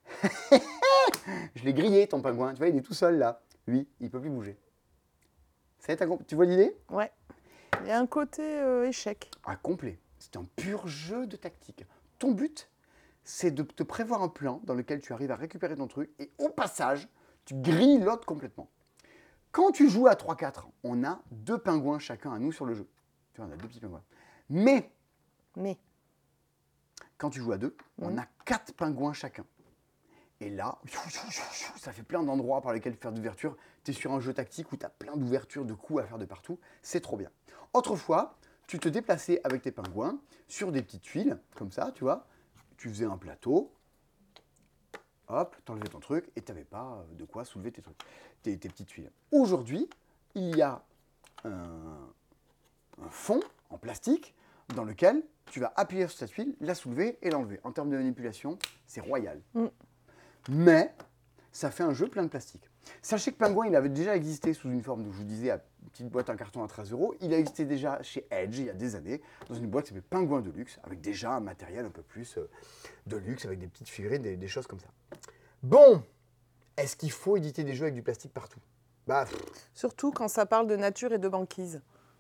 je l'ai grillé, ton pingouin. Tu vois, il est tout seul là. Lui, il ne peut plus bouger. Ça y est, t'as comp- tu vois l'idée? Ouais. Il y a un côté euh, échec. Ah, complet. C'est un pur jeu de tactique. Ton but, c'est de te prévoir un plan dans lequel tu arrives à récupérer ton truc et au passage, tu grilles l'autre complètement. Quand tu joues à trois quatre, on a deux pingouins chacun à nous sur le jeu. Tu vois, on a deux petits pingouins. Mais, Mais. quand tu joues à deux, Mmh. on a quatre pingouins chacun. Et là, ça fait plein d'endroits par lesquels faire d'ouverture. Tu es sur un jeu tactique où tu as plein d'ouvertures, de coups à faire de partout. C'est trop bien. Autrefois, tu te déplaçais avec tes pingouins sur des petites tuiles, comme ça, tu vois. Tu faisais un plateau, hop, t'enlevais ton truc et tu n'avais pas de quoi soulever tes trucs, tes, tes petites tuiles. Aujourd'hui, il y a un, un fond en plastique dans lequel tu vas appuyer sur ta tuile, la soulever et l'enlever. En termes de manipulation, c'est royal. Mm. Mais ça fait un jeu plein de plastique. Sachez que Pingouin, il avait déjà existé sous une forme, je vous disais, à petite boîte en carton à treize euros. Il a existé déjà chez Edge il y a des années, dans une boîte qui s'appelait Pingouin de luxe, avec déjà un matériel un peu plus euh, de luxe, avec des petites figurines, des, des choses comme ça. Bon, est-ce qu'il faut éditer des jeux avec du plastique partout? Bah, pff, Surtout quand ça parle de nature et de banquise.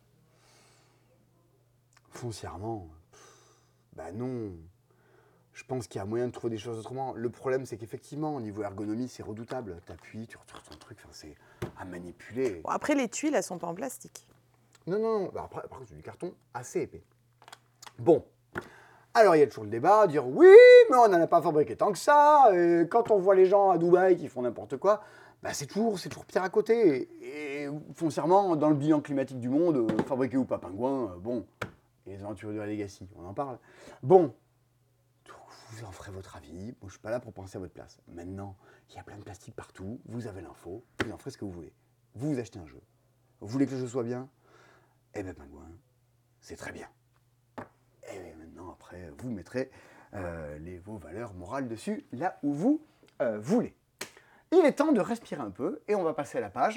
foncièrement, pff, bah non. Je pense qu'il y a moyen de trouver des choses autrement. Le problème, c'est qu'effectivement, au niveau ergonomie, c'est redoutable. Tu appuies, tu retires ton truc, enfin, c'est à manipuler. Bon, après, les tuiles, elles sont pas en plastique. Non, non, non. Bah, après, après c'est du carton assez épais. Bon. Alors, il y a toujours le débat, dire oui, mais on n'en a pas fabriqué tant que ça. Et quand on voit les gens à Dubaï qui font n'importe quoi, bah, c'est toujours, c'est toujours pire à côté. Et, et foncièrement, dans le bilan climatique du monde, euh, fabriqué ou pas pingouin, euh, bon, et les aventures de la Legacy, on en parle. Bon. Vous en ferez votre avis. Moi, je ne suis pas là pour penser à votre place. Maintenant, il y a plein de plastique partout. Vous avez l'info. Vous en ferez ce que vous voulez. Vous, vous achetez un jeu. Vous voulez que le jeu soit bien? Eh bien, Pingouin, c'est très bien. Et bien, maintenant, après, vous mettrez euh, les, vos valeurs morales dessus, là où vous euh, voulez. Il est temps de respirer un peu et on va passer à la page.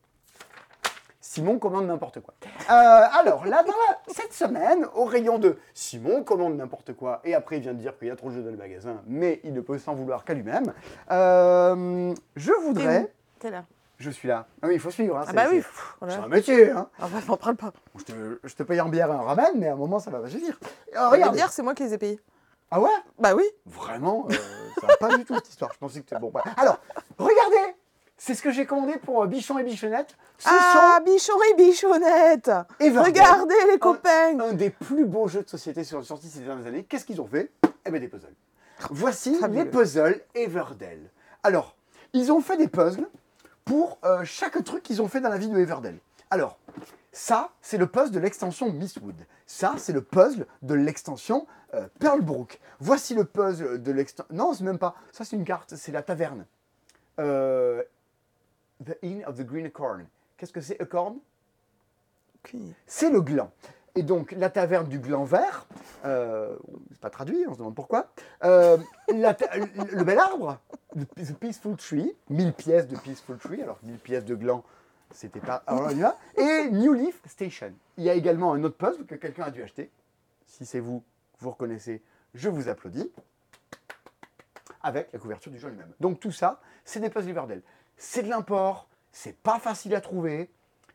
Simon commande n'importe quoi. Euh, alors, là, dans la, cette semaine, au rayon de Simon commande n'importe quoi, et après il vient de dire qu'il y a trop de jeux dans le magasin, mais il ne peut s'en vouloir qu'à lui-même, euh, je voudrais... T'es là. Je suis là. Ah oui, il faut suivre. Hein, Ah bah c'est, oui. c'est, Voilà. c'est un métier. Hein. Ah bah, m'en parle pas. Je, te, je te paye en bière et en ramen, mais à un moment, ça va pas suffire. Les Regarde. bières, c'est moi qui les ai payées. Ah ouais? Bah oui. Vraiment, euh, ça va pas du tout cette histoire. Je pensais que c'était bon. Voilà. Alors, regardez. C'est ce que j'ai commandé pour euh, Bichon et Bichonnette. Ce Ah, Bichon et Bichonnette. Everdell. Regardez les copains. Un, un des plus beaux jeux de société sur sortis ces dernières années. Qu'est-ce qu'ils ont fait? Eh bien, des puzzles. Voici Fabuleux. les puzzles Everdell. Alors, ils ont fait des puzzles pour euh, chaque truc qu'ils ont fait dans la vie de Everdell. Alors, ça, c'est le puzzle de l'extension Mistwood. Ça, c'est le puzzle de l'extension euh, Pearlbrook. Voici le puzzle de l'extension... Non, c'est même pas. Ça, c'est une carte. C'est la taverne. Euh... The Inn of the Green Acorn. Qu'est-ce que c'est, Acorn? Okay. C'est le gland. Et donc, la taverne du gland vert, euh, c'est pas traduit, on se demande pourquoi. Euh, la ta- le bel arbre, The Peaceful Tree, mille pièces de Peaceful Tree, alors mille pièces de gland, c'était pas... Alors on y va. Et New Leaf Station. Il y a également un autre puzzle que quelqu'un a dû acheter. Si c'est vous, vous reconnaissez, je vous applaudis. Avec la couverture du jeu lui-même. Donc tout ça, c'est des puzzles Everdell. C'est de l'import, c'est pas facile à trouver.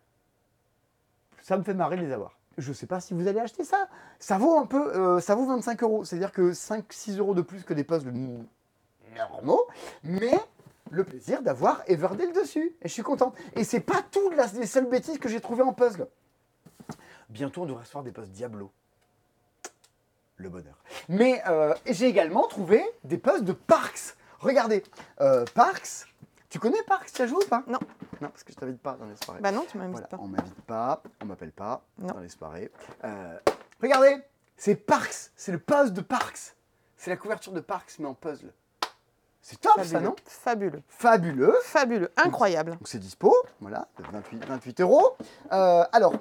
Ça me fait marrer de les avoir. Je ne sais pas si vous allez acheter ça. Ça vaut un peu, euh, ça vaut vingt-cinq euros. C'est-à-dire que cinq six euros de plus que des puzzles normaux. Mais le plaisir d'avoir Everdell dessus. Et je suis content. Et c'est pas tout la, les seules bêtises que j'ai trouvées en puzzle. Bientôt, on devrait recevoir des puzzles Diablo. Le bonheur. Mais euh, j'ai également trouvé des puzzles de Parks. Regardez, euh, Parks... Tu connais Parks, tu as joué ou pas? Non. Non, parce que je t'invite pas dans les soirées. Bah non, tu m'invites Voilà, pas. on m'invite pas, on m'appelle pas Non. dans les soirées. Euh, regardez, c'est Parks, c'est le puzzle de Parks. C'est la couverture de Parks, mais en puzzle. C'est top Fabuleux. ça, non? Fabuleux. Fabuleux. Fabuleux. Incroyable. Donc c'est dispo, voilà, vingt-huit, vingt-huit euros. Euh, alors,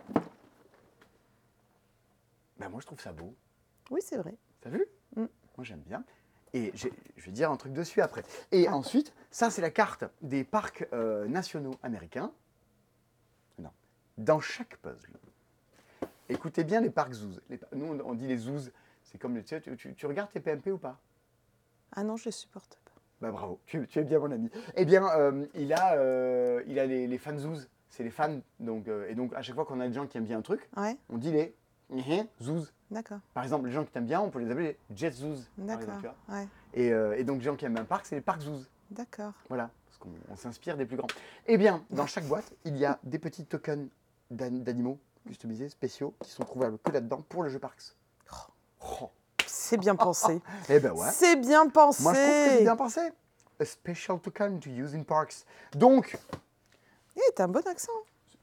ben moi je trouve ça beau. Oui, c'est vrai. T'as vu? Mm. Moi j'aime bien. Et j'ai- je vais dire un truc dessus après. Et Ah. ensuite, ça c'est la carte des parcs euh, nationaux américains. Non. Dans chaque puzzle. Écoutez bien les parcs zoos. Les pa- nous on, on dit les zoos. C'est comme le. Tu, sais, tu, tu- tu regardes tes P M P ou pas? Ah non, je les supporte pas. Bah bravo, tu, tu es bien mon ami. Eh bien, euh, il a, euh, il a les, les fans zoos. C'est les fans. Donc, euh, et donc à chaque fois qu'on a des gens qui aiment bien un truc, Ouais, on dit les mhm, zoos. d'accord. Par exemple, les gens qui t'aiment bien, on peut les appeler les jet zoos. par exemple, D'accord. tu vois. Ouais, Et, euh, et donc, les gens qui aiment un parc, c'est les parcs zoos. d'accord. Voilà, parce qu'on on s'inspire des plus grands. Eh bien, dans chaque boîte, il y a des petits tokens d'an- d'animaux customisés, spéciaux, qui sont trouvables que là-dedans pour le jeu Parks. Oh. C'est bien pensé. Eh ben ouais. C'est bien pensé. Moi, je trouve que c'est bien pensé. A special token to use in parks. Donc, Eh, t'as un bon accent.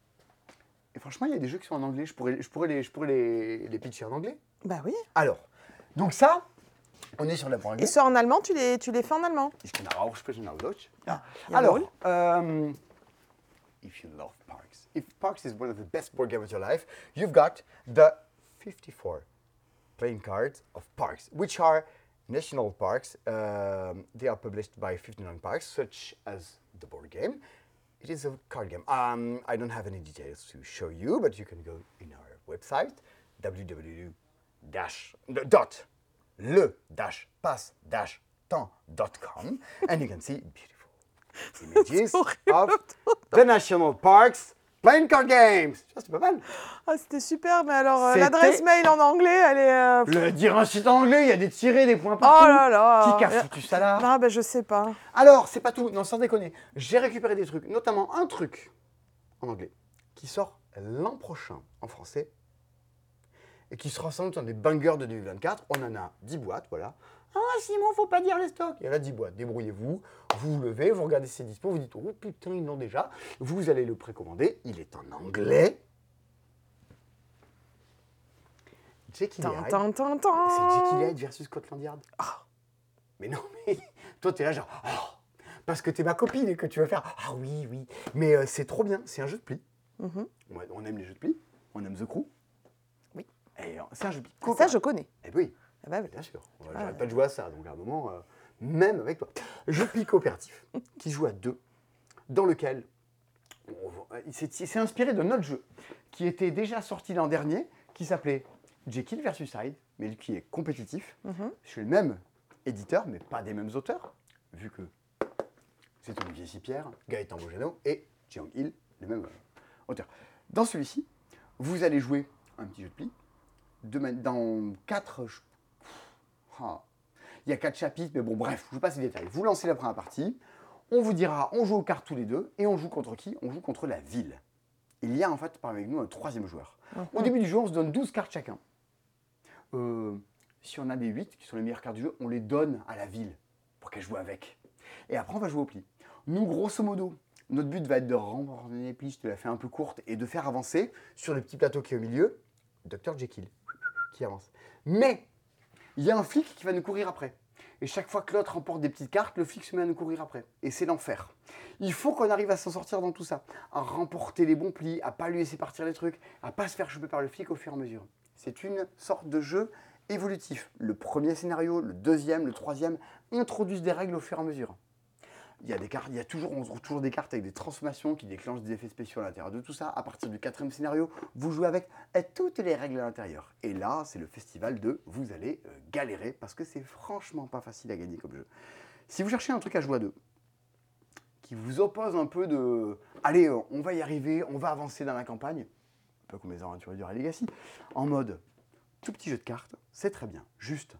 et franchement, il y a des jeux qui sont en anglais. Je pourrais, je pourrais, les, je pourrais les, les pitcher en anglais. Bah oui. Alors, donc ça, on est sur la point Et ceux en allemand, tu les, tu les fais en allemand. Ich kann auch sprechen auf Deutsch. Ja. jawohl. Alors, um, if you love parks, if parks is one of the best board games of your life, you've got the fifty-four playing cards of parks, which are national parks. Um, they are published by fifty-nine parks, such as the board game. It is a card game. Um, I don't have any details to show you, but you can go in our website, w w w dot le pass temps dot com, and you can see beautiful images of the national parks playing card games. Tu vois, c'est pas mal. Ah, c'était super, mais alors euh, C'était- l'adresse mail en anglais, elle est. euh, Le dire un site en anglais, il y a des tirés, des points partout. Oh là là. Qui a foutu ça là? Non, bah je sais pas. Alors, c'est pas tout, non, sans déconner. J'ai récupéré des trucs, notamment un truc en anglais qui sort l'an prochain en français et qui sera sans doute un des bangers de deux mille vingt-quatre. On en a dix boîtes, voilà. Ah, Simon, faut pas dire les stocks. Il y en a dix boîtes, débrouillez-vous. Vous vous levez, vous regardez ses dispos, vous dites, oh putain, ils l'ont déjà. Vous allez le précommander, il est en anglais. Jekyll Tan, Hyde. tan, tan, tan. C'est Jekyll Hyde versus Scotland Yard. Ah. Mais non, mais toi, t'es là genre, oh, parce que t'es ma copine et que tu vas faire, ah oui, oui. Mais euh, c'est trop bien, c'est un jeu de pli. Mhm. Ouais, on aime les jeux de pli, on aime The Crew. Oui. Et euh, c'est un jeu de pli. Ça, je connais. Eh oui, Ah bah oui. bien sûr. Ouais, Ah, J'arrête ouais. pas de jouer à ça, donc à un moment, euh, même avec toi. Jeu de pli coopératif qui se joue à deux, dans lequel on- il s'est il s'est inspiré de notre jeu qui était déjà sorti l'an dernier, qui s'appelait Jekyll versus Hyde, mais qui est compétitif. Mhm. Chez le même éditeur, mais pas des mêmes auteurs, vu que c'est Olivier Sipierre, Gaëtan Bogeno et Jiang Il, les mêmes euh, auteurs. Dans celui-ci, vous allez jouer un petit jeu de pli, de ma- dans quatre... ch- Ah. Il y a quatre chapitres, mais bon, bref, je vous passe les détails. Vous lancez la première partie, on vous dira, on joue aux cartes tous les deux, et on joue contre qui? On joue contre la ville. Il y a en fait parmi nous un troisième joueur. Au début du jeu, on se donne douze cartes chacun. Euh, si on a des huit, qui sont les meilleures cartes du jeu, on les donne à la ville pour qu'elle joue avec. Et après, on va jouer au pli. Nous, grosso modo, notre but va être de remporter les plis, je te la fais un peu courte, et de faire avancer sur le petit plateau qui est au milieu, docteur Jekyll, qui avance. Mais, il y a un flic qui va nous courir après. Et chaque fois que l'autre remporte des petites cartes, le flic se met à nous courir après. Et c'est l'enfer. Il faut qu'on arrive à s'en sortir dans tout ça, à remporter les bons plis, à pas lui laisser partir les trucs, à pas se faire choper par le flic au fur et à mesure. C'est une sorte de jeu évolutif. Le premier scénario, le deuxième, le troisième introduisent des règles au fur et à mesure. Il y a des cartes, il y a toujours, on trouve toujours des cartes avec des transformations qui déclenchent des effets spéciaux à l'intérieur de tout ça. À partir du quatrième scénario, vous jouez avec euh, toutes les règles à l'intérieur. Et là, c'est le festival de vous allez euh, galérer parce que c'est franchement pas facile à gagner comme jeu. Si vous cherchez un truc à jouer à deux, qui vous oppose un peu de allez, euh, on va y arriver, on va avancer dans la campagne, un peu comme les aventuriers du Rally Legacy, en mode tout petit jeu de cartes, c'est très bien. Juste,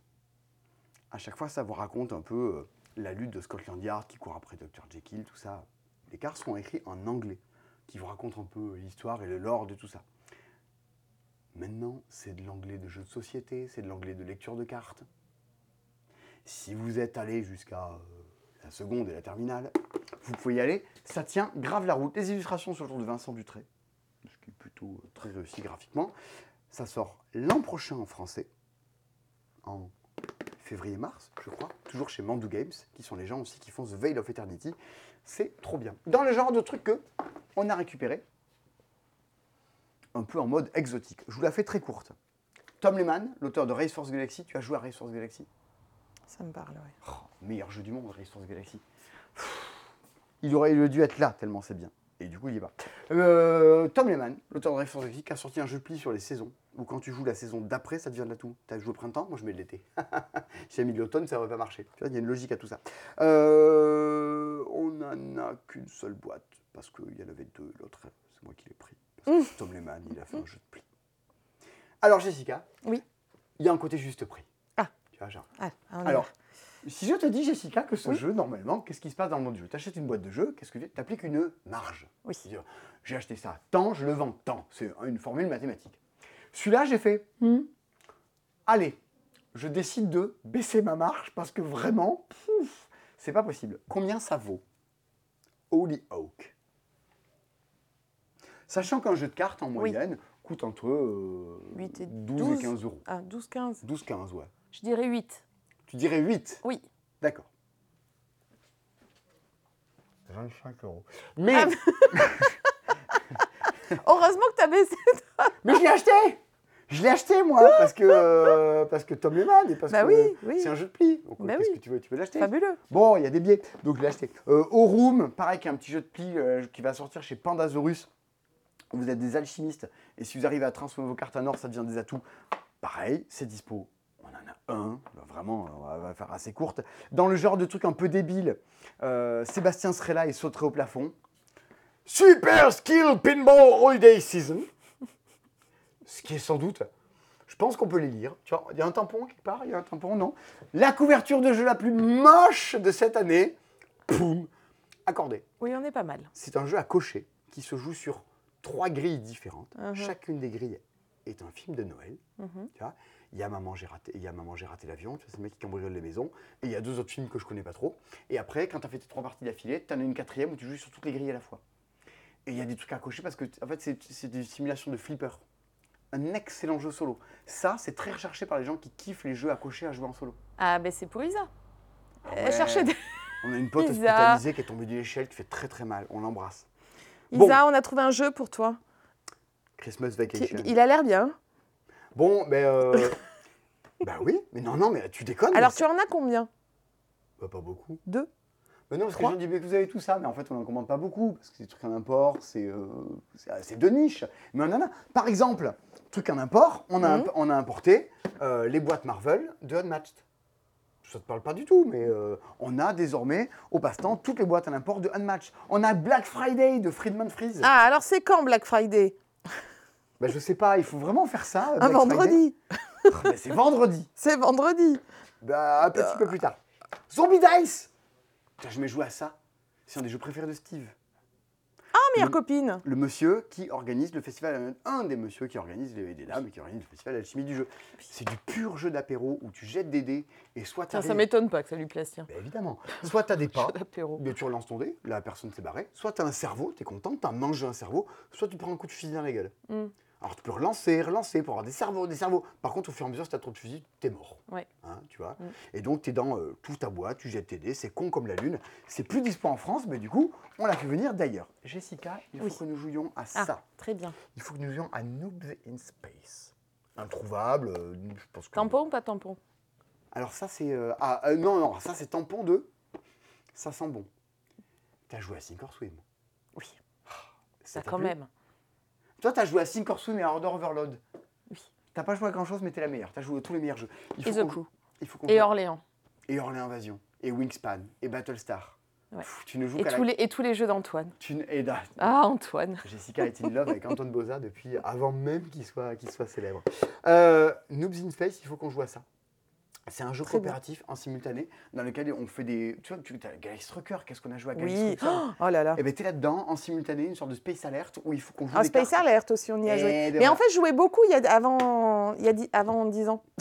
à chaque fois, ça vous raconte un peu euh, la lutte de Scotland Yard qui court après docteur Jekyll, tout ça. Les cartes sont écrites en anglais, qui vous racontent un peu l'histoire et le lore de tout ça. Maintenant, c'est de l'anglais de jeu de société, c'est de l'anglais de lecture de cartes. Si vous êtes allé jusqu'à euh, la seconde et la terminale, vous pouvez y aller. Ça tient grave la route. Les illustrations sont autour de Vincent Dutré, ce qui est plutôt très réussi graphiquement. Ça sort l'an prochain en français, en février-mars, je crois, toujours chez Mandou Games, qui sont les gens aussi qui font The Veil of Eternity. C'est trop bien. Dans le genre de truc que on a récupéré, un peu en mode exotique. Je vous la fais très courte. Tom Lehman, l'auteur de Race Force Galaxy, tu as joué à Race Force Galaxy? Ça me parle, oui. Oh, meilleur jeu du monde, Race Force Galaxy. Il aurait dû être là, tellement c'est bien. Et du coup, il y va. Euh, Tom Lehman, l'auteur de Race Force Galaxy, qui a sorti un jeu de pli sur les saisons, où quand tu joues la saison d'après, ça devient de l'atout. Tu as joué au printemps, moi je mets de l'été. Si j'ai mis de l'automne, ça n'aurait pas marché. Tu vois, il y a une logique à tout ça. Euh, on n'en a qu'une seule boîte, parce qu'il y en avait deux, l'autre, c'est moi qui l'ai pris. Parce que Tom Lehman, il a fait un jeu de pli. Alors Jessica, oui. Il y a un côté juste prix. Ah. Tu vois, genre. Ah, Alors, si je te dis, Jessica, que ce oui. jeu, normalement, qu'est-ce qui se passe dans le monde du jeu? Tu achètes une boîte de jeu, qu'est-ce que tu appliques une marge. Oui. C'est-à-dire, j'ai acheté ça tant, je le vends tant. C'est une formule mathématique. Celui-là, j'ai fait, mmh. allez, je décide de baisser ma marge parce que vraiment, pouf, c'est pas possible. Combien ça vaut? Holy Oak. Sachant qu'un jeu de cartes, en moyenne, oui. coûte entre euh, huit et douze, douze et quinze euros. Ah, douze quinze. douze quinze, ouais. Je dirais huit. Tu dirais huit? Oui. D'accord. vingt-cinq euros. Mais... Ah, heureusement que tu as baissé. Mais je l'ai acheté. Je l'ai acheté, moi, parce que, euh, parce que Tom Lehman, et parce bah que oui, oui. c'est un jeu de pli. Donc, bah qu'est-ce oui. que tu veux? Tu peux l'acheter. Fabuleux. Bon, il y a des biais, donc je l'ai acheté. Euh, Aurum, pareil, qui est un petit jeu de pli euh, qui va sortir chez Pandasaurus. Vous êtes des alchimistes, et si vous arrivez à transformer vos cartes en or, ça devient des atouts. Pareil, c'est dispo. On en a un, vraiment, on va faire assez courte. Dans le genre de truc un peu débile, euh, Sébastien serait là et sauterait au plafond. Super Skill Pinball Holiday Season. Ce qui est sans doute, je pense qu'on peut les lire. Tu vois, il y a un tampon quelque part, il y a un tampon, non. La couverture de jeu la plus moche de cette année, poum, accordé. Oui, on est pas mal. C'est un jeu à cocher qui se joue sur trois grilles différentes. Uh-huh. Chacune des grilles est un film de Noël. Uh-huh. Tu vois, il y a Maman, j'ai raté, il y a Maman, j'ai raté l'avion, tu vois, c'est le mec qui cambriole les maisons. Et il y a deux autres films que je connais pas trop. Et après, quand tu as fait tes trois parties d'affilée, tu en as une quatrième où tu joues sur toutes les grilles à la fois. Et il y a des trucs à cocher parce que, en fait, c'est, c'est des simulations de flipper. Un excellent jeu solo. Ça, c'est très recherché par les gens qui kiffent les jeux à cocher à jouer en solo. Ah, ben c'est pour Isa. Ah Elle ouais. cherchait des... On a une pote Isa. hospitalisée qui est tombée d'une échelle qui fait très très mal. On l'embrasse. Isa, Bon. on a trouvé un jeu pour toi. Christmas Vacation. Il a l'air bien. Bon, mais... Euh... bah oui, mais non, non, mais tu déconnes. Alors, tu en as combien? Bah, pas beaucoup. Deux. Mais non, parce que les gens disent que vous avez tout ça, mais en fait, on n'en commande pas beaucoup, parce que c'est des trucs en import, c'est, euh, c'est, c'est de niche. Mais on en a. Par exemple, truc en import, on a, mm-hmm. on a importé euh, les boîtes Marvel de Unmatched. Ça ne te parle pas du tout, mais euh, on a désormais, au passe-temps, toutes les boîtes en import de Unmatched. On a Black Friday de Friedman Freeze. Ah, alors c'est quand Black Friday? Bah, je sais pas, il faut vraiment faire ça. Un vendredi. Oh, bah, c'est vendredi. C'est vendredi. Bah, un petit euh... peu plus tard. Zombie Dice. Putain, je m'ai joué à ça. C'est un des jeux préférés de Steve. Ah, meilleure le, copine. Le monsieur qui organise le festival, un des messieurs qui organise, les, des dames qui organise le festival d'alchimie du jeu. C'est du pur jeu d'apéro où tu jettes des dés et soit tu Ça, ça m'étonne pas que ça lui plaise, tiens. Ben évidemment. Soit tu as des pas, mais tu relances ton dé, la personne s'est barrée. Soit tu as un cerveau, tu es content, tu as mangé un cerveau. Soit tu prends un coup de fusil dans la gueule. Mm. Alors tu peux relancer, relancer pour avoir des cerveaux, des cerveaux. Par contre, au fur et à mesure, si tu as trop de fusils, t'es mort. Ouais. Hein, tu vois. Mm. Et donc, tu es dans euh, toute ta boîte, tu jettes tes dés, c'est con comme la lune. C'est plus dispo en France, mais du coup, on l'a fait venir d'ailleurs. Jessica, il faut oui. que nous jouions à ah, ça. Très bien. Il faut que nous jouions à Noobs in Space. Introuvable, euh, je pense que... Tampon ou pas tampon? Alors ça, c'est... Euh, ah, euh, non, non, ça, c'est tampon de... Ça sent bon. Tu as joué à Sink or Swim? Oui. Ah, ça quand même. Toi, tu as joué à Sink or Swim et à Order Overload. Oui. Tu n'as pas joué à grand-chose, mais tu es la meilleure. Tu as joué à tous les meilleurs jeux. Il faut et The Crew. Il faut qu'on et Orléans. Et Orléans Invasion. Et Wingspan. Et Battlestar. Ouais. Pff, tu ne joues et, qu'à tous la... les, et tous les jeux d'Antoine. Tu ne... et da... Ah, Antoine. Jessica est in love avec Antoine Boza depuis avant même qu'il soit, qu'il soit célèbre. Euh, Noobs in Space, il faut qu'on joue à ça. C'est un jeu Très coopératif bien. En simultané dans lequel on fait des... Tu vois, tu as Galaxy Trucker, qu'est-ce qu'on a joué à Galaxy oui. Trucker? Oh là là. Et bien, tu es là-dedans, en simultané, une sorte de Space Alert où il faut qu'on joue ah, des Space cartes. Alert aussi, on y a et joué. ben Mais voilà. en fait, je jouais beaucoup il y a, avant, il y a dix, avant dix ans.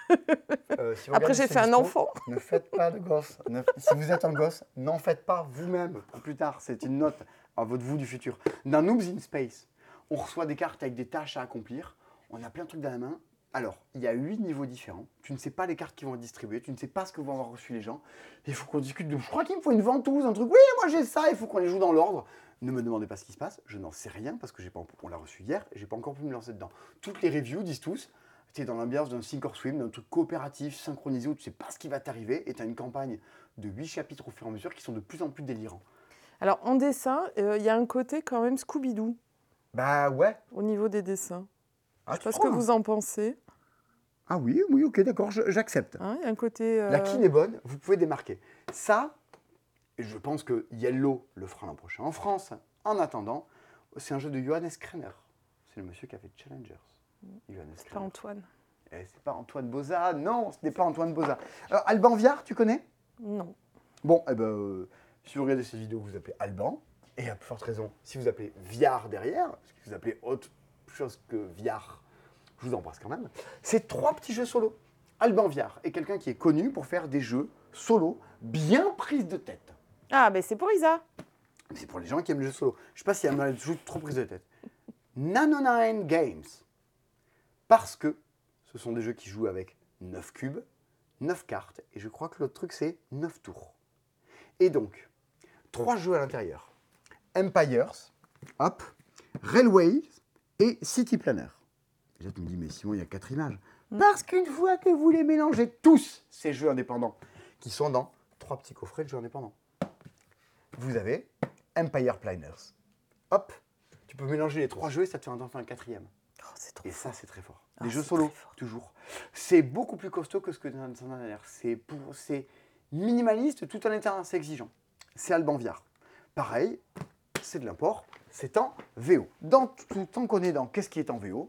Euh, si vous Après, regardez j'ai cette fait un dispo, enfant. Ne faites pas de gosse. Ne- si vous êtes un gosse, n'en faites pas vous-même. Pour plus tard, c'est une note à votre vous du futur. Dans Noobs in Space, on reçoit des cartes avec des tâches à accomplir. On a plein de trucs dans la main. Alors, il y a huit niveaux différents. Tu ne sais pas les cartes qui vont être distribuées. Tu ne sais pas ce que vont avoir reçu les gens. Il faut qu'on discute de... Je crois qu'il me faut une ventouse, un truc. Oui, moi j'ai ça. Il faut qu'on les joue dans l'ordre. Ne me demandez pas ce qui se passe. Je n'en sais rien parce que j'ai pas... on l'a reçu hier et j'ai pas encore pu me lancer dedans. Toutes les reviews disent tous... Tu es dans l'ambiance d'un sink or swim, d'un truc coopératif, synchronisé, où tu ne sais pas ce qui va t'arriver, et tu as une campagne de huit chapitres au fur et à mesure qui sont de plus en plus délirants. Alors, en dessin, il euh, y a un côté quand même Scooby-Doo Bah ouais. au niveau des dessins. Ah, Je ne sais tu pas ce trouves, que hein vous en pensez. Ah oui, oui, ok, d'accord, je- j'accepte. Hein, il y a un côté... euh, La quine est bonne, vous pouvez démarquer. Ça, et je pense que Yellow le fera l'an prochain en France. En attendant, c'est un jeu de Johannes Krenner. C'est le monsieur qui a fait Challengers. Johannes C'est pas Krenner. Antoine. Eh, c'est pas Antoine Boza, non, ce n'est pas Antoine Boza. Alors, Alban Viard, tu connais? Non. Bon, eh ben, euh, si vous regardez cette vidéo, vous appelez Alban, et à plus forte raison, si vous appelez Viard derrière, parce que vous appelez autre chose que Viard, je vous embrasse quand même, c'est trois petits jeux solo. Alban Viard est quelqu'un qui est connu pour faire des jeux solo bien prises de tête. Ah, ben c'est pour Isa. C'est pour les gens qui aiment les jeux solo. Je ne sais pas s'il y a des jeux trop prises de tête. Nanonine Games, parce que ce sont des jeux qui jouent avec neuf cubes, neuf cartes, et je crois que l'autre truc c'est neuf tours. Et donc, trois jeux à l'intérieur. Empires, hop, Railways et City Planner. Déjà, tu me dis, mais Simon, il y a quatre images. Mm. Parce qu'une fois que vous les mélangez tous, ces jeux indépendants, qui sont dans trois petits coffrets de jeux indépendants, vous avez Empire Planners. Hop, tu peux mélanger les trois jeux et ça te fait en faire un quatrième. Oh, c'est trop Et fort. ça, c'est très fort. Ah, Les jeux c'est solo, très fort. toujours. C'est beaucoup plus costaud que ce que ça en a l'air. C'est pour- c'est minimaliste tout en étant assez exigeant. C'est Alban Viard. Pareil, c'est de l'import, c'est en V O. Dans tout temps qu'on est dans qu'est-ce qui est en V O?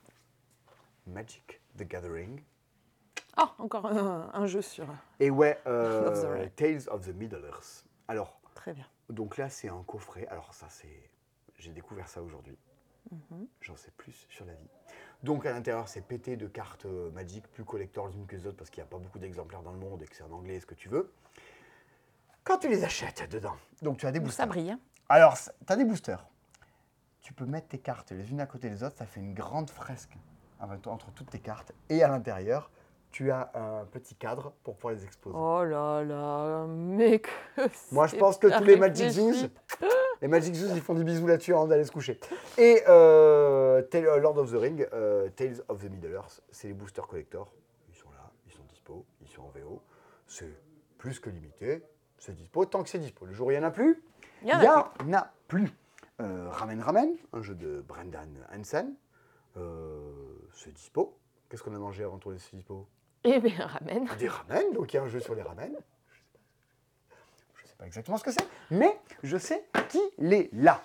Magic the Gathering. Ah, encore un, un jeu sur... Et ouais, euh, Of the Ring. Tales of the Middle-earth. Alors, Très bien. donc là, c'est un coffret. Alors ça, c'est... J'ai découvert ça aujourd'hui. Mhm. J'en sais plus sur la vie. Donc à l'intérieur, c'est pété de cartes euh, Magic, plus collector les unes que les autres, parce qu'il n'y a pas beaucoup d'exemplaires dans le monde et que c'est en anglais, ce que tu veux. Quand tu les achètes dedans, donc tu as des Ça boosters. brille. Hein. Alors, tu as des boosters. Tu peux mettre tes cartes les unes à côté des autres, ça fait une grande fresque entre toutes tes cartes. Et à l'intérieur, tu as un petit cadre pour pouvoir les exposer. Oh là là, mec. Moi, je pense que tous les Magic Zoos, les Magic Zoos, ils font des bisous là-dessus avant d'aller se coucher. Et euh, Lord of the Ring, euh, Tales of the Middle-earth, c'est les boosters collector. Ils sont là, ils sont dispo, ils sont en V O. C'est plus que limité, c'est dispo tant que c'est dispo. Le jour où il n'y en a plus, il n'y en a plus. A plus. Euh, Ramen Ramen, un jeu de Brendan Hansen, euh, c'est dispo. Qu'est-ce qu'on a mangé avant de tourner ce dispo? Eh bien, ramen. Des ramen, donc il y a un jeu sur les ramen. Je ne sais pas exactement ce que c'est, mais je sais qu'il est là.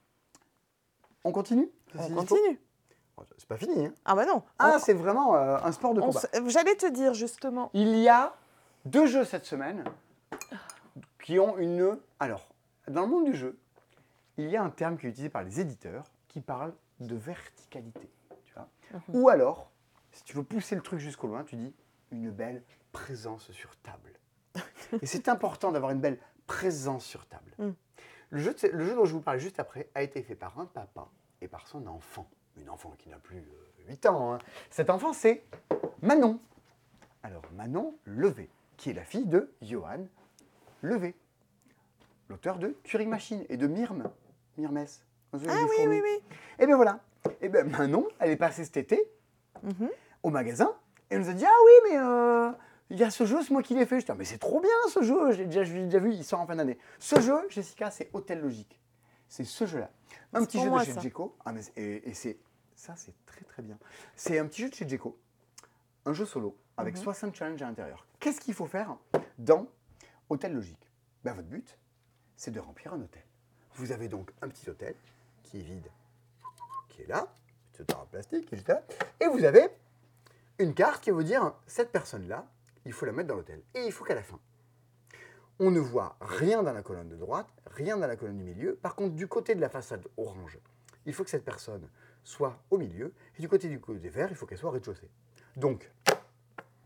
On continue? On continue. C'est pas fini. Hein. Ah bah non. Ah, On... c'est vraiment euh, un sport de combat. S... J'allais te dire justement. Il y a deux jeux cette semaine qui ont une... Alors, dans le monde du jeu, il y a un terme qui est utilisé par les éditeurs qui parle de verticalité. Tu vois mm-hmm. Ou alors, si tu veux pousser le truc jusqu'au loin, tu dis une belle présence sur table. Et c'est important d'avoir une belle présence sur table. Mm. Le, jeu, le jeu dont je vous parlais juste après a été fait par un papa et par son enfant. Une enfant qui n'a plus euh, huit ans. Hein. Cet enfant, c'est Manon. Alors, Manon Levé, qui est la fille de Johan Levé, l'auteur de Turing Machine et de Myrme. Myrmes. Ah oui, oui, oui. Et bien voilà. Et bien Manon, elle est passée cet été mm-hmm. au magasin et elle nous a dit « Ah oui, mais euh, il y a ce jeu, c'est moi qui l'ai fait. » Je dis « Mais c'est trop bien ce jeu, j'ai déjà, déjà vu, il sort en fin d'année. » Ce jeu, Jessica, c'est Hôtel Logique. C'est ce jeu-là. Un petit jeu moi, de chez Djeco. Ah, mais et, et c'est ça, c'est très très bien. C'est un petit jeu de chez Djeco. Un jeu solo avec mm-hmm. soixante challenges à l'intérieur. Qu'est-ce qu'il faut faire dans Hôtel Logique? Ben, votre but, c'est de remplir un hôtel. Vous avez donc un petit hôtel qui est vide, qui est là, petit hôtel en plastique, qui est juste là, et vous avez une carte qui va vous dire, cette personne-là, il faut la mettre dans l'hôtel. Et il faut qu'à la fin, on ne voit rien dans la colonne de droite, rien dans la colonne du milieu. Par contre, du côté de la façade orange, il faut que cette personne soit au milieu, et du côté du côté vert, il faut qu'elle soit au rez-de-chaussée. Donc,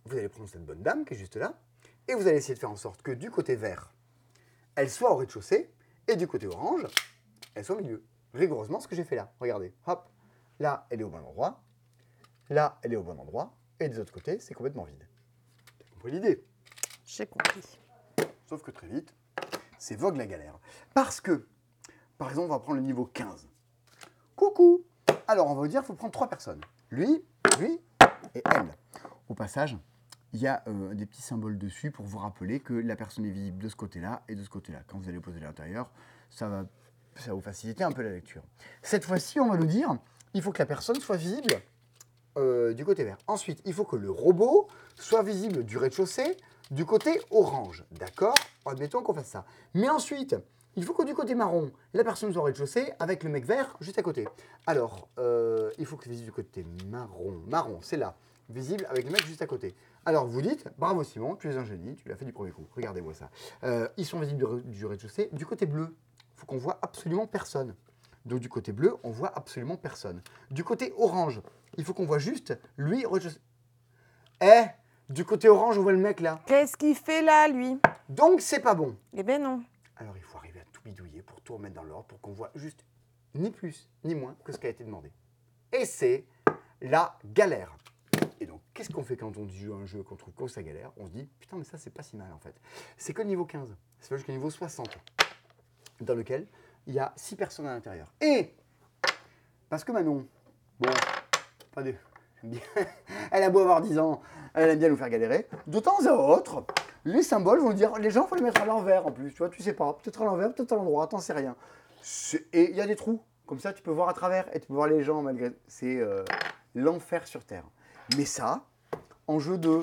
vous allez prendre cette bonne dame qui est juste là, et vous allez essayer de faire en sorte que du côté vert, elle soit au rez-de-chaussée, et du côté orange, elle soit au milieu. Rigoureusement, ce que j'ai fait là. Regardez, hop, là, elle est au bon endroit, là, elle est au bon endroit, et des autres côtés, c'est complètement vide. Tu as compris l'idée? J'ai compris. Sauf que très vite, c'est vogue la galère. Parce que, par exemple, on va prendre le niveau quinze. Coucou! Alors, on va vous dire qu'il faut prendre trois personnes. Lui, lui et elle. Au passage, il y a euh, des petits symboles dessus pour vous rappeler que la personne est visible de ce côté-là et de ce côté-là. Quand vous allez poser à l'intérieur, ça va, ça va vous faciliter un peu la lecture. Cette fois-ci, on va nous dire, il faut que la personne soit visible euh, du côté vert. Ensuite, il faut que le robot soit visible du rez-de-chaussée, du côté orange. D'accord? Admettons qu'on fasse ça. Mais ensuite, il faut que du côté marron, la personne soit au rez-de-chaussée avec le mec vert juste à côté. Alors, euh, il faut que c'est visible du côté marron. Marron, c'est là. Visible avec le mec juste à côté. Alors, vous dites, bravo Simon, tu es un génie, tu l'as fait du premier coup. Regardez-moi ça. Euh, ils sont visibles du rez-de-chaussée. Du côté bleu, il faut qu'on voit absolument personne. Donc, du côté bleu, on voit absolument personne. Du côté orange, il faut qu'on voit juste lui au rez-de-chaussée. Eh, du côté orange, on voit le mec là. Qu'est-ce qu'il fait là, lui? Donc, c'est pas bon. Eh ben non. Alors, il faut arriver à tout bidouiller pour tout remettre dans l'ordre, pour qu'on voit juste ni plus ni moins que ce qui a été demandé. Et c'est la galère. Et donc, qu'est-ce qu'on fait quand on joue un jeu qu'on trouve que ça galère? On se dit, putain, mais ça, c'est pas si mal en fait. C'est que le niveau quinze, c'est pas jusqu'au niveau soixante, dans lequel il y a six personnes à l'intérieur. Et, parce que Manon, bon, pas de... elle a beau avoir dix ans, elle aime bien nous faire galérer, de temps à autre, les symboles vont dire, les gens, il faut les mettre à l'envers en plus, tu vois, tu sais pas, peut-être à l'envers, peut-être à l'endroit, t'en sais rien. Et il y a des trous, comme ça tu peux voir à travers, et tu peux voir les gens malgré... C'est euh, l'enfer sur Terre. Mais ça, en jeu de...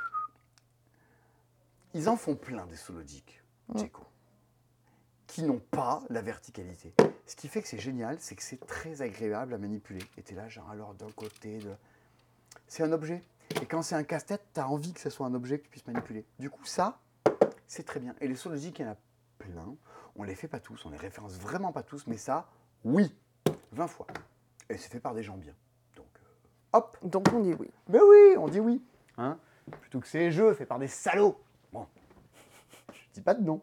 Ils en font plein des Solodic, Djeko, qui n'ont pas la verticalité. Ce qui fait que c'est génial, c'est que c'est très agréable à manipuler. Et t'es là, genre, alors d'un côté, de... c'est un objet. Et quand c'est un casse-tête, t'as envie que ce soit un objet que tu puisses manipuler. Du coup, ça, c'est très bien. Et les Solodic, il y en a plein. On les fait pas tous, on les référence vraiment pas tous, mais ça, oui, vingt fois. Et c'est fait par des gens bien. Donc, euh, hop. Donc on dit oui. Ben oui, on dit oui. Hein, plutôt que ces jeux faits par des salauds. Bon, je dis pas de nom.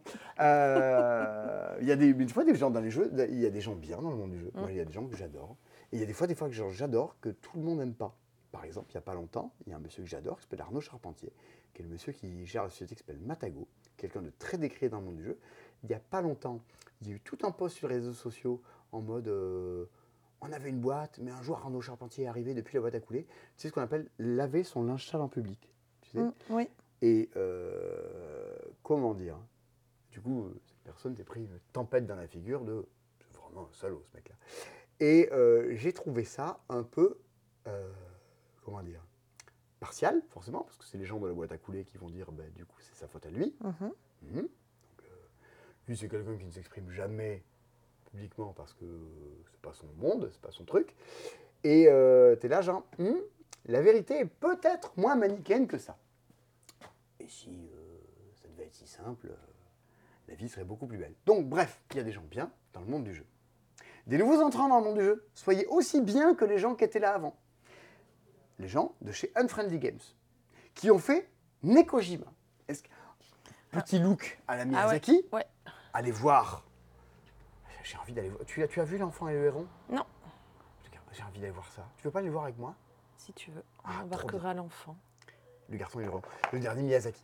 Euh, il y a des, des fois des gens dans les jeux, il y a des gens bien dans le monde du jeu. Moi, il y a des gens que j'adore. Et il y a des fois des fois que j'adore que tout le monde n'aime pas. Par exemple, il n'y a pas longtemps, il y a un monsieur que j'adore qui s'appelle Arnaud Charpentier, qui est le monsieur qui gère la société qui s'appelle Matago, quelqu'un de très décrié dans le monde du jeu. Il n'y a pas longtemps, il y a eu tout un post sur les réseaux sociaux en mode euh, on avait une boîte, mais un jour Arnaud Charpentier est arrivé depuis la boîte à couler. Tu sais ce qu'on appelle laver son linge sale en public. Tu sais Mmh, oui. Et euh, comment dire? Du coup, cette personne s'est pris une tempête dans la figure de c'est vraiment un salaud ce mec-là. Et euh, j'ai trouvé ça un peu. Euh, comment dire, partial, forcément, parce que c'est les gens de la boîte à couler qui vont dire, ben, du coup, c'est sa faute à lui. Mmh. Mmh. Donc, euh, lui, c'est quelqu'un qui ne s'exprime jamais publiquement parce que c'est pas son monde, c'est pas son truc. Et euh, t'es là, genre, mmh, la vérité est peut-être moins manichéenne que ça. Et si euh, ça devait être si simple, euh, la vie serait beaucoup plus belle. Donc, bref, il y a des gens bien dans le monde du jeu. Des nouveaux entrants dans le monde du jeu, soyez aussi bien que les gens qui étaient là avant. Les gens de chez Unfriendly Games, qui ont fait Nekojima. Est-ce que... Petit look à la Miyazaki, Ah ouais, ouais. Allez voir. J'ai envie d'aller voir. Tu as, tu as vu L'Enfant et le Héron? Non. J'ai envie d'aller voir ça. Tu veux pas aller voir avec moi? Si tu veux, on Ah, embarquera l'enfant. Le garçon et le héron. Le dernier Miyazaki.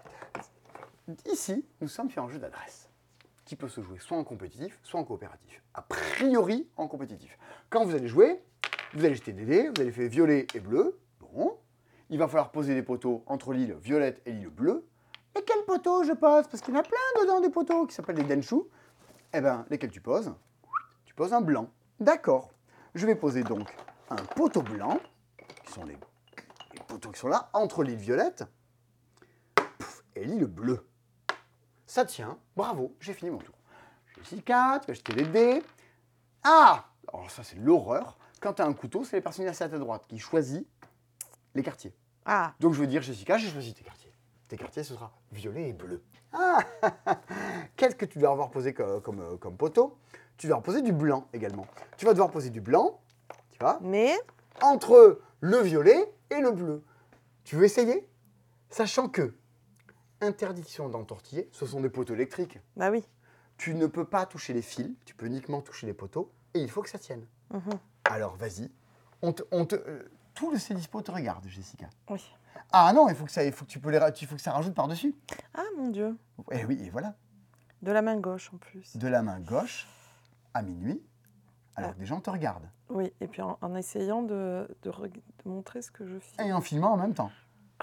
Ici, nous sommes sur un jeu d'adresse qui peut se jouer soit en compétitif, soit en coopératif. A priori, en compétitif. Quand vous allez jouer, vous allez jeter des dés, vous allez faire violet et bleu. Bon. Il va falloir poser des poteaux entre l'île violette et l'île bleue. Et quel poteau je pose? Parce qu'il y en a plein dedans des poteaux qui s'appellent des denshu. Eh bien, lesquels tu poses? Tu poses un blanc. D'accord. Je vais poser donc un poteau blanc, qui sont les, les poteaux qui sont là, entre l'île violette pouf, et l'île bleue. Ça tient. Bravo, j'ai fini mon tour. J'ai ici quatre, j'ai jeté les dés. Ah! Alors ça, c'est l'horreur. Quand tu as un couteau, c'est les personnes assis à ta droite qui choisissent les quartiers. Ah. Donc je veux dire, Jessica, j'ai choisi tes quartiers. Tes quartiers, ce sera violet et bleu. Ah! Qu'est-ce que tu dois avoir posé comme, comme, comme poteau? Tu dois poser du blanc également. Tu vas devoir poser du blanc, tu vois, Mais entre le violet et le bleu. Tu veux essayer? Sachant que, interdiction d'entortiller, ce sont des poteaux électriques. Bah oui. Tu ne peux pas toucher les fils, tu peux uniquement toucher les poteaux, et il faut que ça tienne. Mhm. Alors, vas-y. On te, on te, euh, tout le Cdispo te regarde, Jessica. Oui. Ah non, il faut que ça, il faut que tu peux les, ra- il faut que ça rajoute par-dessus. Ah mon Dieu. Et oui, et voilà. De la main gauche en plus. De la main gauche à minuit, alors Ah. que des gens te regardent. Oui, et puis en, en essayant de, de, reg- de montrer ce que je filme. Et en filmant en même temps.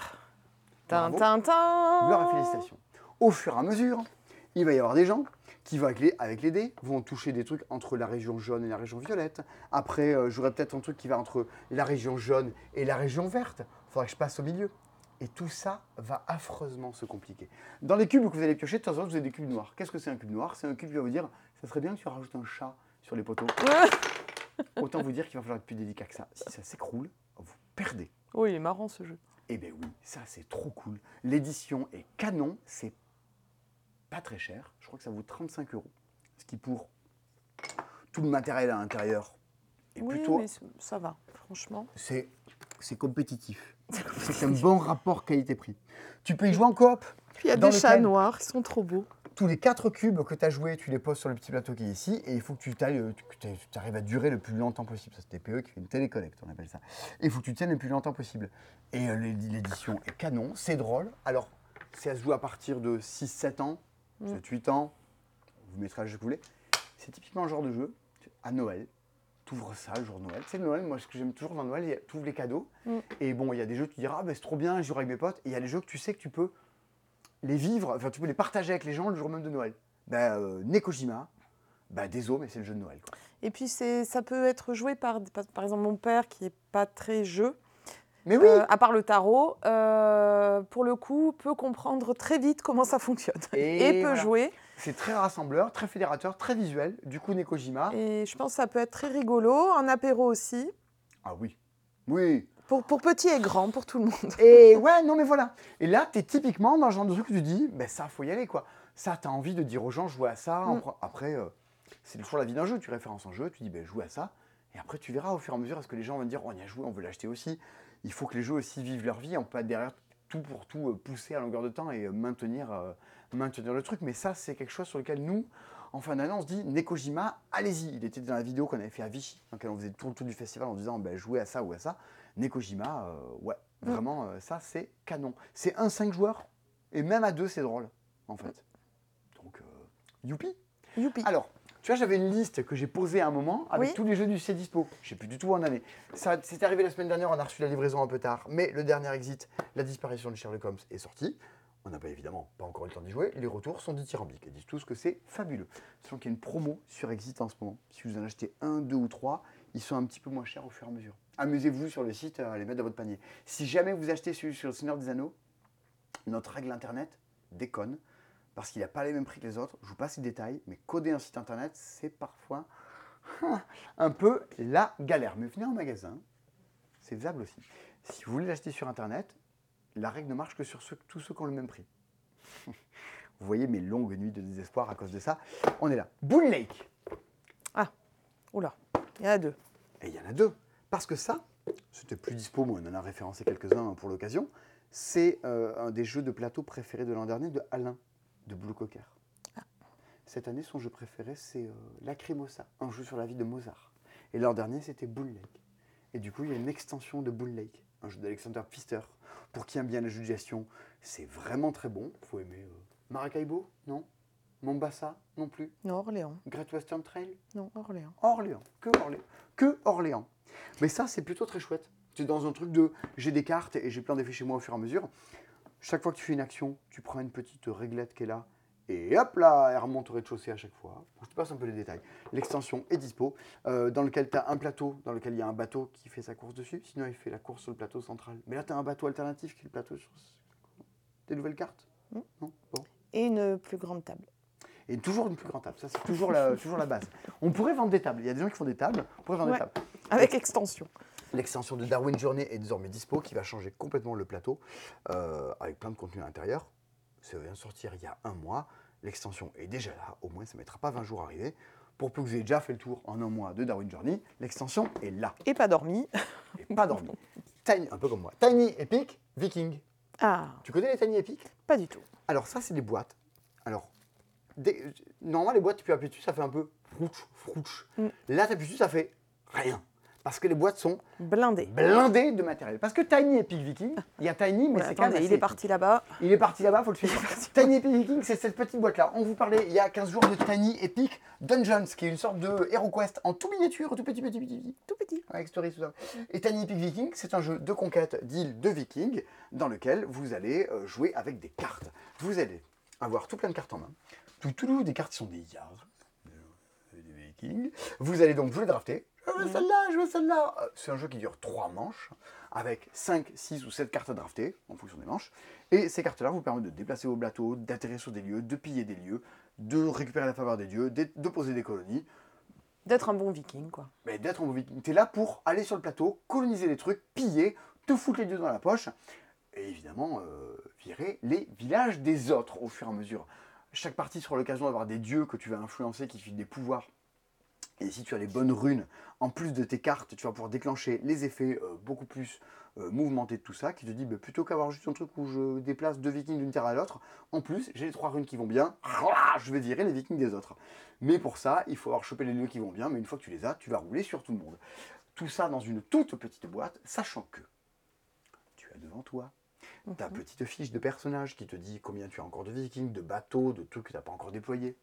Bravo. Tintin. Gloire et félicitations. Au fur et à mesure, il va y avoir des gens qui vont avec les, avec les dés, vont toucher des trucs entre la région jaune et la région violette. Après, euh, j'aurai peut-être un truc qui va entre la région jaune et la région verte. Il faudra que je passe au milieu. Et tout ça va affreusement se compliquer. Dans les cubes que vous allez piocher, de temps en temps, vous avez des cubes noirs. Qu'est-ce que c'est un cube noir? C'est un cube qui va vous dire, ça serait bien que tu rajoutes un chat sur les poteaux. Autant vous dire qu'il va falloir être plus délicat que ça. Si ça s'écroule, vous perdez. Oh, il est marrant ce jeu. Eh bien oui, ça c'est trop cool. L'édition est canon, c'est pas très cher. Je crois que ça vaut trente-cinq euros. Ce qui pour tout le matériel à l'intérieur est Oui, plutôt... mais c- ça va, franchement. C'est, c'est compétitif. C'est un bon rapport qualité-prix. Tu peux y jouer en coop. Puis il y a dans des chats lequel noirs, ils sont trop beaux. Tous les quatre cubes que tu as joués, tu les poses sur le petit plateau qui est ici et il faut que tu t'ailles, que tu arrives à durer le plus longtemps possible. Ça, c'est T P E qui fait une téléconnecte, on appelle ça. Et il faut que tu tiennes le plus longtemps possible. Et euh, l'édition est canon, c'est drôle. Alors, ça se joue à partir de six sept ans, Mm. sept huit ans. Vous mettrez l'âge que vous voulez. C'est typiquement un genre de jeu à Noël. Tu ouvres ça le jour de Noël. C'est Noël, moi ce que j'aime toujours dans Noël, tu ouvres les cadeaux. Mm. Et bon, il y a des jeux, tu diras, ah ben c'est trop bien, je joue avec mes potes. Et il y a les jeux que tu sais que tu peux les vivre, enfin tu peux les partager avec les gens le jour même de Noël. Ben, euh, Nekojima, ben désolé, mais c'est le jeu de Noël, quoi. Et puis c'est, ça peut être joué par, par, par exemple, mon père qui n'est pas très jeu, Mais oui, euh, à part le tarot, euh, pour le coup, peut comprendre très vite comment ça fonctionne. Et Et, peut voilà. jouer. c'est très rassembleur, très fédérateur, très visuel. Du coup, Nekojima, Et je pense que ça peut être très rigolo, en apéro aussi, ah oui, oui. pour, pour petits et grands, pour tout le monde. Et ouais, non mais voilà. Et là, tu es typiquement dans le genre de truc où tu dis, ben ça, faut y aller, quoi. Ça, tu as envie de dire aux gens, jouez à ça. Mm. Après, euh, c'est toujours la vie d'un jeu. Tu références un jeu, tu dis, ben joue à ça. Et après, tu verras au fur et à mesure, est-ce que les gens vont dire, on y a joué, on veut l'acheter aussi. Il faut que les jeux aussi vivent leur vie. On peut pas derrière tout pour tout euh, pousser à longueur de temps et euh, maintenir, euh, maintenir le truc. Mais ça, c'est quelque chose sur lequel nous, en fin d'année, on se dit, Nekojima, allez-y. Il était dans la vidéo qu'on avait fait à Vichy, dans laquelle on faisait tout le tour du festival en disant, ben jouez à ça ou à ça. Nekojima, euh, ouais, Mm. vraiment, euh, ça, c'est canon. C'est un cinq joueurs, et même à deux, c'est drôle, en fait. Donc, euh, youpi. Youpi. Alors, tu vois, j'avais une liste que j'ai posée à un moment avec Oui. tous les jeux du Cdispo. Je sais plus du tout où en année. Ça, c'est arrivé la semaine dernière, on a reçu la livraison un peu tard, mais le dernier exit, la disparition de Sherlock Holmes, est sorti. On n'a pas évidemment pas encore eu le temps d'y jouer. Les retours sont dithyrambiques. Ils disent tous que c'est fabuleux. Sachant qu'il y a une promo sur Exit en ce moment. Si vous en achetez un, deux ou trois, ils sont un petit peu moins chers au fur et à mesure. Amusez-vous sur le site à les mettre dans votre panier. Si jamais vous achetez celui sur le Seigneur des Anneaux, notre règle internet déconne parce qu'il n'a pas les mêmes prix que les autres. Je vous passe les détails, mais coder un site internet, c'est parfois un peu la galère. Mais venez en magasin, c'est faisable aussi. Si vous voulez l'acheter sur internet, la règle ne marche que sur ceux, tous ceux qui ont le même prix. Vous voyez mes longues nuits de désespoir à cause de ça. On est là. Bull Lake. Oula, il y en a deux. Et il y en a deux. Parce que ça, c'était plus dispo, mais on en a référencé quelques-uns pour l'occasion. C'est euh, un des jeux de plateau préférés de l'an dernier de Alain, de Blue Cocker. Ah. Cette année, son jeu préféré, c'est euh, Lacrimosa, un jeu sur la vie de Mozart. Et l'an dernier, c'était Bull Lake. Et du coup, il y a une extension de Bull Lake, un jeu d'Alexander Pfister. Pour qui aime bien la jeu de gestion, c'est vraiment très bon. Il faut aimer euh, Maracaibo, non? Mombasa, non plus. Non, Orléans. Great Western Trail, Non, Orléans. Orléans, que Orléans, que Orléans. Mais ça, c'est plutôt très chouette. Tu es dans un truc de j'ai des cartes et j'ai plein d'effets chez moi au fur et à mesure. Chaque fois que tu fais une action, tu prends une petite réglette qui est là et hop là, elle remonte au rez-de-chaussée à chaque fois. Je te passe un peu les détails. L'extension est dispo, euh, dans lequel tu as un plateau, dans lequel il y a un bateau qui fait sa course dessus. Sinon, il fait la course sur le plateau central. Mais là, tu as un bateau alternatif qui est le plateau sur des nouvelles cartes. Mm. Non bon. Et une plus grande table. Et toujours une plus grande table. Ça, c'est toujours la, toujours la base. On pourrait vendre des tables. Il y a des gens qui font des tables. On pourrait vendre Ouais. des tables. Avec extension. L'extension de Darwin Journey est désormais dispo, qui va changer complètement le plateau, euh, avec plein de contenu à l'intérieur. Ça vient de sortir il y a un mois. L'extension est déjà là. Au moins, ça ne mettra pas vingt jours à arriver. Pour peu que vous ayez déjà fait le tour en un mois de Darwin Journey, l'extension est là. Et pas dormi. Et pas dormi. Tiny, un peu comme moi. Tiny Epic Viking. Ah, Tu connais les Tiny Epic? pas du tout. Alors ça, c'est des boîtes. Alors, des- normalement, les boîtes, tu peux appuyer dessus, ça fait un peu frouch, frouch. Mm. Là, tu appuies dessus, ça fait rien. Parce que les boîtes sont Blindé. blindées de matériel. Parce que Tiny Epic Viking, il y a Tiny, mais Oula, c'est quand même attendez, assez il est épique. parti là-bas. Il est parti là-bas, faut le suivre. Tiny Epic Viking, c'est cette petite boîte-là. On vous parlait il y a quinze jours de Tiny Epic Dungeons, qui est une sorte de HeroQuest en tout miniature, tout petit, petit, petit, petit. Tout petit. Avec story, tout ça. Et Tiny Epic Viking, c'est un jeu de conquête d'îles de vikings dans lequel vous allez euh, jouer avec des cartes. Vous allez avoir tout plein de cartes en main. Tout, tout, tout, des cartes qui sont des yards, des vikings. Vous allez donc vous les drafter. Je veux celle-là, je veux celle-là. Euh, C'est un jeu qui dure trois manches, avec cinq, six ou sept cartes à drafter, en fonction des manches. Et ces cartes-là vous permettent de déplacer vos bateaux, d'atterrir sur des lieux, de piller des lieux, de récupérer la faveur des dieux, de de poser des colonies. D'être un bon viking, quoi. Mais d'être un bon viking. T'es là pour aller sur le plateau, coloniser les trucs, piller, te foutre les dieux dans la poche, et évidemment euh, virer les villages des autres au fur et à mesure. Chaque partie sera l'occasion d'avoir des dieux que tu vas influencer, qui te filent des pouvoirs. Et si tu as les bonnes runes, en plus de tes cartes, tu vas pouvoir déclencher les effets euh, beaucoup plus euh, mouvementés de tout ça, qui te dit, bah, plutôt qu'avoir juste un truc où je déplace deux vikings d'une terre à l'autre, en plus, j'ai les trois runes qui vont bien, je vais virer les vikings des autres. Mais pour ça, il faut avoir chopé les lieux qui vont bien, mais une fois que tu les as, tu vas rouler sur tout le monde. Tout ça dans une toute petite boîte, sachant que tu as devant toi ta Mhm. petite fiche de personnage qui te dit combien tu as encore de vikings, de bateaux, de trucs que tu n'as pas encore déployés.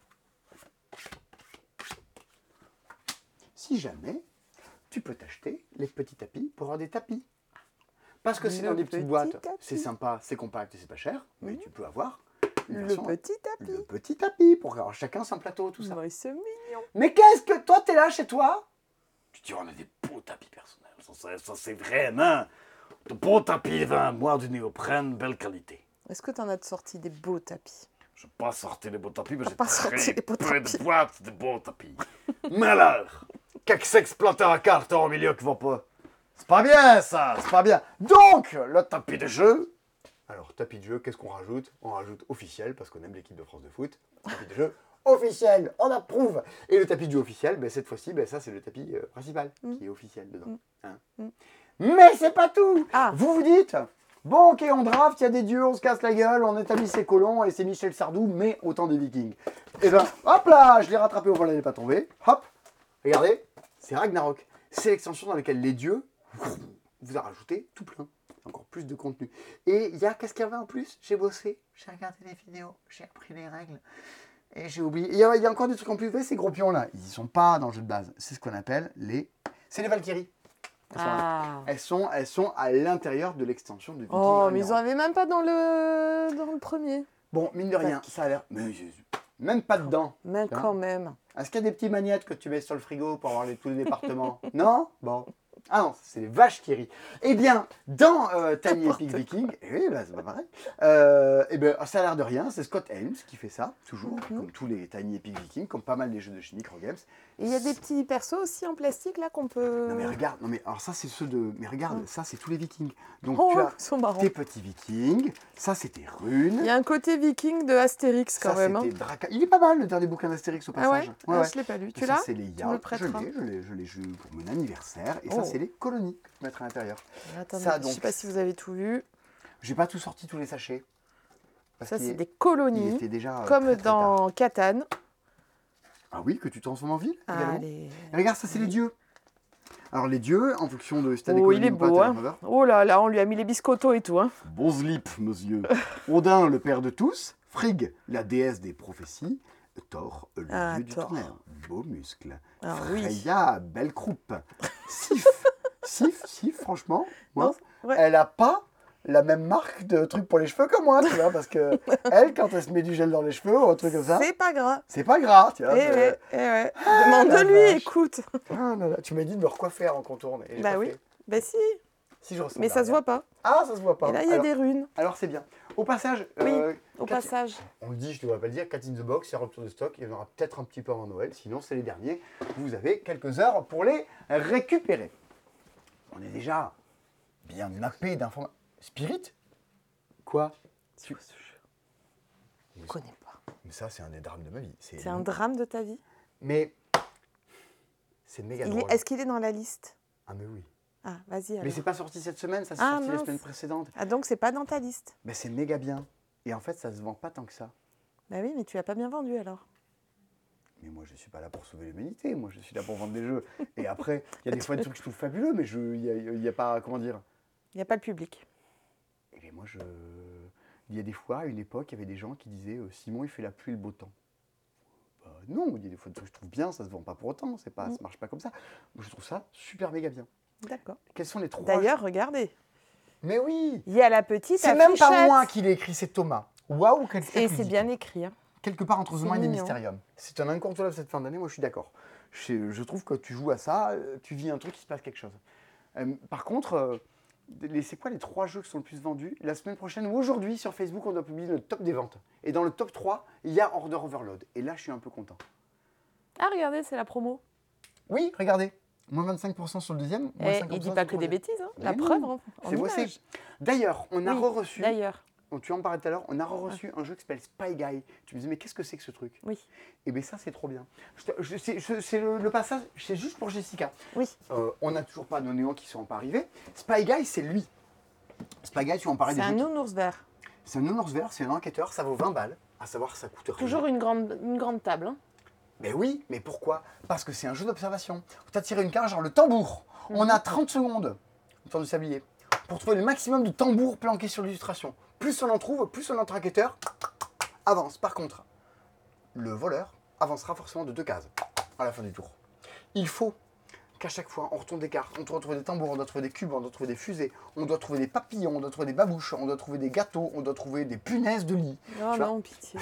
Si jamais, tu peux t'acheter les petits tapis pour avoir des tapis. Parce que c'est Le dans des petites petit boîtes, tapis. c'est sympa, c'est compact et c'est pas cher, mais Mhm. tu peux avoir une Le version- petit tapis. le petit tapis pour avoir chacun son plateau, tout ça. Ouais, c'est mignon. Mais qu'est-ce que toi, t'es là chez toi? Tu te dis, on a des beaux tapis personnels, ça, c'est- ça, c'est vraiment de beaux tapis, vingt mois du néoprène, belle qualité. Est-ce que tu en as de sorti des beaux tapis? Je n'ai pas sorti les beaux tapis, mais T'as j'ai pas très sorti les beaux peu tapis. de boîtes de beaux tapis. Mais alors, qu'est-ce s'exploiter à carte au milieu qui va pas? C'est pas bien ça, c'est pas bien. Donc, le tapis de jeu. Alors, tapis de jeu, qu'est-ce qu'on rajoute? On rajoute officiel, parce qu'on aime l'équipe de France de foot. Tapis de jeu officiel, on approuve. Et le tapis de jeu officiel, ben, cette fois-ci, ben, ça c'est le tapis euh, principal, Mm. qui est officiel dedans. Mm. Hein. Mm. Mais c'est pas tout. Ah. Vous vous dites, bon ok, on draft, il y a des dieux, on se casse la gueule, on établit ses colons, et c'est Michel Sardou, mais autant des vikings. Et ben, hop là, je l'ai rattrapé au vol, elle n'est pas tombée. Hop, regardez, c'est Ragnarok. C'est l'extension dans laquelle les dieux vous a rajouté tout plein. Encore plus de contenu. Et il y a, qu'est-ce qu'il y avait en plus? J'ai bossé, j'ai regardé les vidéos, j'ai appris les règles. Et j'ai oublié. Il y, a, il y a encore des trucs en plus. Vous voyez, ces gros pions là, ils ne sont pas dans le jeu de base. C'est ce qu'on appelle les. C'est les Valkyries. Elles sont, Ah. elles sont, elles sont à l'intérieur de l'extension de Viking. Oh, mais ils en Ragnarok. avaient même pas dans le, dans le premier. Bon, mine de rien, ça a l'air. Mais même pas dedans. Mais Tu vois. quand même. Est-ce qu'il y a des petits magnettes que tu mets sur le frigo pour avoir les, tous les départements? Non? Bon. Ah non, c'est les vaches qui rient. Eh bien, dans euh, Tiny Epic Viking, eh oui, bah, c'est pas pareil, euh, eh ben, ça a l'air de rien, c'est Scott Helms qui fait ça, toujours, Mhm. comme tous les Tiny Epic Viking, comme pas mal des jeux de chez Microgames. Et il y a des petits persos aussi en plastique là qu'on peut. Non mais regarde, non mais alors ça c'est ceux de... Mais regarde, Mhm. ça c'est tous les Vikings. Donc Oh, tu as ils sont marrants. tes petits Vikings, ça c'est tes runes. Il y a un côté viking de Astérix quand ça, même. hein. c'était Draca- Il est pas mal le dernier bouquin d'Astérix au Ah ouais, passage. Ah, je l'ai pas lu. Et Tu ça, l'as c'est les me Yards. le Je prêteras. l'ai, je l'ai, je l'ai joué pour mon anniversaire. Et Oh. ça, c'est les colonies que tu mettras à l'intérieur. Attendez, Ça, je donc- sais pas si vous avez tout vu. J'ai pas tout sorti, tous les sachets. Parce Ça, qu'il c'est est- des il colonies, était déjà euh, comme très, très tard. dans Catane. Ah oui, que tu transformes en ville également. Allez. Et regarde, ça c'est les dieux. Alors les dieux, en fonction de si t'as des Oh, colonies il est ou pas, beau, t'as hein. des faveurs. Oh là là, on lui a mis les biscottos et tout. Hein. Bon slip, monsieur. Odin, le père de tous. Frigg, la déesse des prophéties. Thor, le Ah, dieu du Thor. tonnerre. Beau muscle. Ah oui. Freya, belle croupe. Sif, Sif, Sif, franchement, moi, Non, ouais. elle a pas la même marque de truc pour les cheveux que moi, tu vois, parce que elle, quand elle se met du gel dans les cheveux ou un truc comme ça, C'est pas grave. c'est pas grave, tu Eh vois. c'est- ouais, eh ouais. la Demande-lui, vache. écoute. Ah là là, tu m'as dit de me recoiffer en contourne. et j'ai Bah pas oui. fait. Bah si, Si je ressemble mais à ça se rien. voit pas. Ah, ça se voit pas. Et là, il y a alors, des runes alors c'est bien. Au passage, Oui, euh, au Cat- passage. on le dit, je ne devrais pas le dire, Cat in the Box, il y a rupture de stock, il y en aura peut-être un petit peu avant Noël, sinon c'est les derniers. Vous avez quelques heures pour les récupérer. On est déjà bien nappé d'informations. Spirit? Quoi? Tu- Je ne connais pas. Mais ça, c'est un des drames de ma vie. C'est un drame de ta vie. Mais c'est méga Il est- drôle. Est-ce qu'il est dans la liste? Ah mais oui. Ah, vas-y Mais alors. c'est pas sorti cette semaine, ça c'est Ah, sorti la mince. semaine précédente. Ah, donc c'est pas dans ta liste. Mais c'est méga bien. Et en fait, ça se vend pas tant que ça. Bah oui, mais tu l'as pas bien vendu alors. Mais moi, je suis pas là pour sauver l'humanité. Moi, je suis là pour vendre des jeux. Et après, il y a des fois des trucs que je trouve fabuleux, mais je, il y a, il y a pas, comment dire. Il n'y a pas le public. Et bien moi, je, il y a des fois, à une époque, il y avait des gens qui disaient euh, Simon, il fait la pluie et le beau temps. Bah, non, il y a des fois des trucs que je trouve bien, ça se vend pas pour autant. C'est pas, Mm. ça marche pas comme ça. Moi, je trouve ça super méga bien. D'accord. Quels sont les trois D'ailleurs, regardez. Mais oui. Il y a la petite C'est même pas affichette. moi qui l'ai écrit, c'est Thomas. Waouh, quel Et c'est bien écrit. Hein. Quelque part entre The C'est Mind et mignon. Mysterium. C'est un incontournable cette fin d'année, moi je suis d'accord. Je, je trouve que tu joues à ça, euh, tu vis un truc, il se passe quelque chose. Euh, par contre, euh, les- c'est quoi les trois jeux qui sont le plus vendus? La semaine prochaine ou aujourd'hui sur Facebook, on doit publier notre top des ventes. Et dans le top trois, il y a Order Overload. Et là, je suis un peu content. Ah, regardez, c'est la promo. Oui, regardez. Moins vingt-cinq pour cent sur le deuxième. Moins Et cinquante il pour cent dit pas sur que le des troisième. bêtises. Hein. Mais La non, preuve, en, en C'est bossé. image. D'ailleurs, on a Oui, re-reçu. D'ailleurs, Oh, tu en parlais tout à l'heure, on a reçu un jeu qui s'appelle Spy Guy. Tu me disais, mais qu'est-ce que c'est que ce truc? oui. Et bien ça, c'est trop bien. Je te- je- c'est je- c'est le, le passage, c'est juste pour Jessica. Oui. Euh, on n'a toujours pas nos néons qui sont pas arrivés. Spy Guy, c'est lui. Spy Guy, tu en parlais C'est des un jeux qui- nounours vert. C'est un nounours vert, c'est un enquêteur, ça vaut vingt balles. À savoir, ça coûte rien. Toujours une grande, une grande table. Hein. Mais oui, mais pourquoi? Parce que c'est un jeu d'observation. Tu as tiré une carte, genre le tambour. On a trente secondes, le temps de s'habiller, pour trouver le maximum de tambours planqués sur l'illustration. Plus on en trouve, plus on entre enquêteur avance. Par contre, le voleur avancera forcément de deux cases à la fin du tour. Il faut qu'à chaque fois, on retourne des cartes, on doit trouver des tambours, on doit trouver des cubes, on doit trouver des fusées, on doit trouver des papillons, on doit trouver des babouches, on doit trouver des gâteaux, on doit trouver des punaises de lit. Oh Tu vois non, pitié.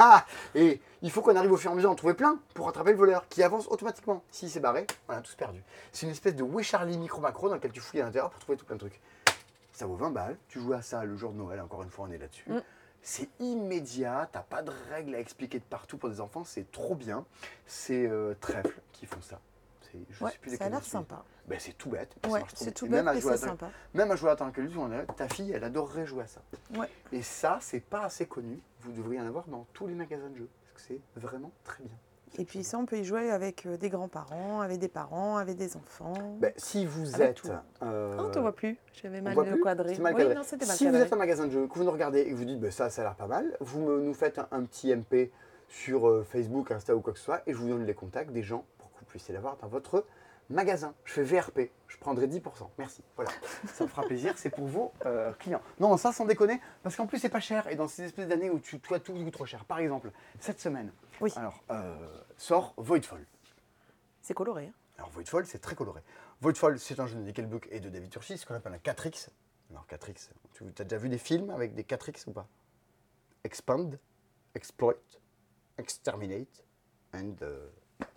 Et il faut qu'on arrive au fur et à mesure à en trouver plein pour rattraper le voleur qui avance automatiquement. S'il s'est barré, on a tous perdu. C'est une espèce de Oui Charlie micro-macro dans lequel tu fouilles à l'intérieur pour trouver tout plein de trucs. Ça vaut vingt balles, tu joues à ça le jour de Noël, encore une fois on est là-dessus. Mm. C'est immédiat, t'as pas de règles à expliquer de partout pour des enfants, c'est trop bien. C'est euh, Trèfle qui font ça. C'est- Je Ouais, sais plus ça a lesquels l'air je suis. sympa. Ben, c'est tout bête. mais ça Ouais, marche trop c'est bien. tout Et bête, même à mais jouer à c'est la- sympa. Même à jouer à tant que lui, ta fille, elle adorerait jouer à ça. Ouais. Et ça, c'est pas assez connu. Vous devriez en avoir dans tous les magasins de jeux. Parce que c'est vraiment très bien. Et puis ça, on peut y jouer avec euh, des grands-parents, avec des parents, avec des enfants. Ben, si vous Avec êtes. tout. euh, Ah, on te voit plus. J'avais on mal voit plus cadré. C'est mal Oui, cadré. non, c'était mal Si vous cadré. êtes un magasin de jeux, que vous nous regardez et que vous dites ben, ça, ça a l'air pas mal, vous me- nous faites un, un petit M P sur euh, Facebook, Insta ou quoi que ce soit, et je vous donne les contacts des gens pour que vous puissiez l'avoir dans votre magasin. Je fais V R P, je prendrai dix pour cent. Merci. Voilà, ça me fera plaisir, c'est pour vos euh, clients. Non, ça sans déconner, parce qu'en plus c'est pas cher, et dans ces espèces d'années où tu, toi tout coûte trop cher. Par exemple, cette semaine, Oui. alors, euh, sort Voidfall. C'est coloré. Hein. Alors Voidfall, c'est très coloré. Voidfall, c'est un jeu de Nickelbook et de David Turchi, ce qu'on appelle un quatre X. Alors quatre X, tu as déjà vu des films avec des quatre X ou pas? Expand, Exploit, Exterminate, and... euh,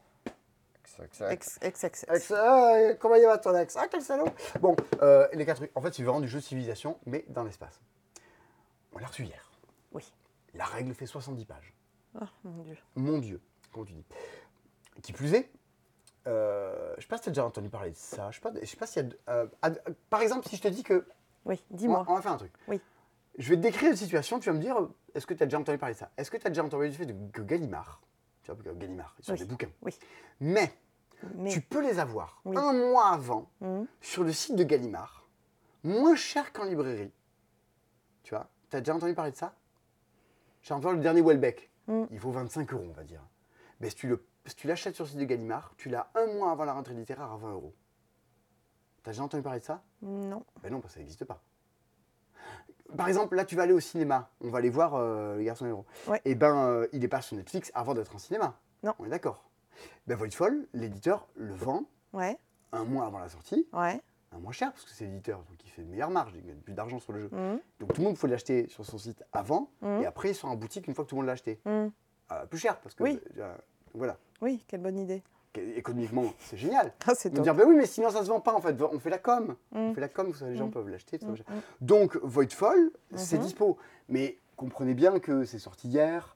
ex- ex- Ex, ex, ex, ex. ex- ah, comment il va ton ex? Ah, quel salaud! Bon, euh, les quatre X, en fait, c'est vraiment du jeu de civilisation, mais dans l'espace. On l'a reçu hier. Oui. La règle fait soixante-dix pages. Oh mon Dieu. Mon Dieu, comment tu dis. Qui plus est, euh, je ne sais pas si tu as déjà entendu parler de ça. Je ne sais pas, je sais pas s'il y a... euh, ad- par exemple, si je te dis que... Oui, On, dis-moi. va- on va faire un truc. Oui. Je vais te décrire une situation, tu vas me dire, est-ce que tu as déjà entendu parler de ça? Est-ce que tu as déjà entendu parler du fait de, que Gallimard, tu vois, que Gallimard, ils sont Oui. des bouquins. Oui. Mais, Mais. tu peux les avoir Oui. un mois avant Hum, sur le site de Gallimard, moins cher qu'en librairie. Tu vois, tu as déjà entendu parler de ça? J'ai entendu le dernier Welbeck. Mm. Il vaut vingt-cinq euros, on va dire. Mais si tu le- si tu l'achètes sur le site de Gallimard, tu l'as un mois avant la rentrée littéraire à vingt euros. T'as déjà entendu parler de ça? Non. Ben non, parce que ça n'existe pas. Par exemple, là, tu vas aller au cinéma. On va aller voir euh, Les Garçons Héros. Ouais. Et ben, euh, il n'est pas sur Netflix avant d'être en cinéma. Non. On est d'accord. Ben, Voidfall, l'éditeur le vend Ouais. un mois avant la sortie, Ouais. un moins cher, parce que c'est l'éditeur, donc il fait une meilleure marge, il gagne plus d'argent sur le jeu. Hum, Donc tout le monde faut l'acheter sur son site avant, hum, et après il sort en boutique une fois que tout le monde l'a acheté. hum. Euh, plus cher, parce que Oui. euh, voilà, Oui, quelle bonne idée. économiquement c'est génial. Ah, c'est Ils vont top. dire, ben oui, mais sinon ça se vend pas en fait, on fait la com. On Hum, fait la com, ça, les gens Mm. peuvent l'acheter. tout ça, hum, machin. hum. Donc Voidfall, c'est Mhm. dispo. Mais comprenez bien que c'est sorti hier.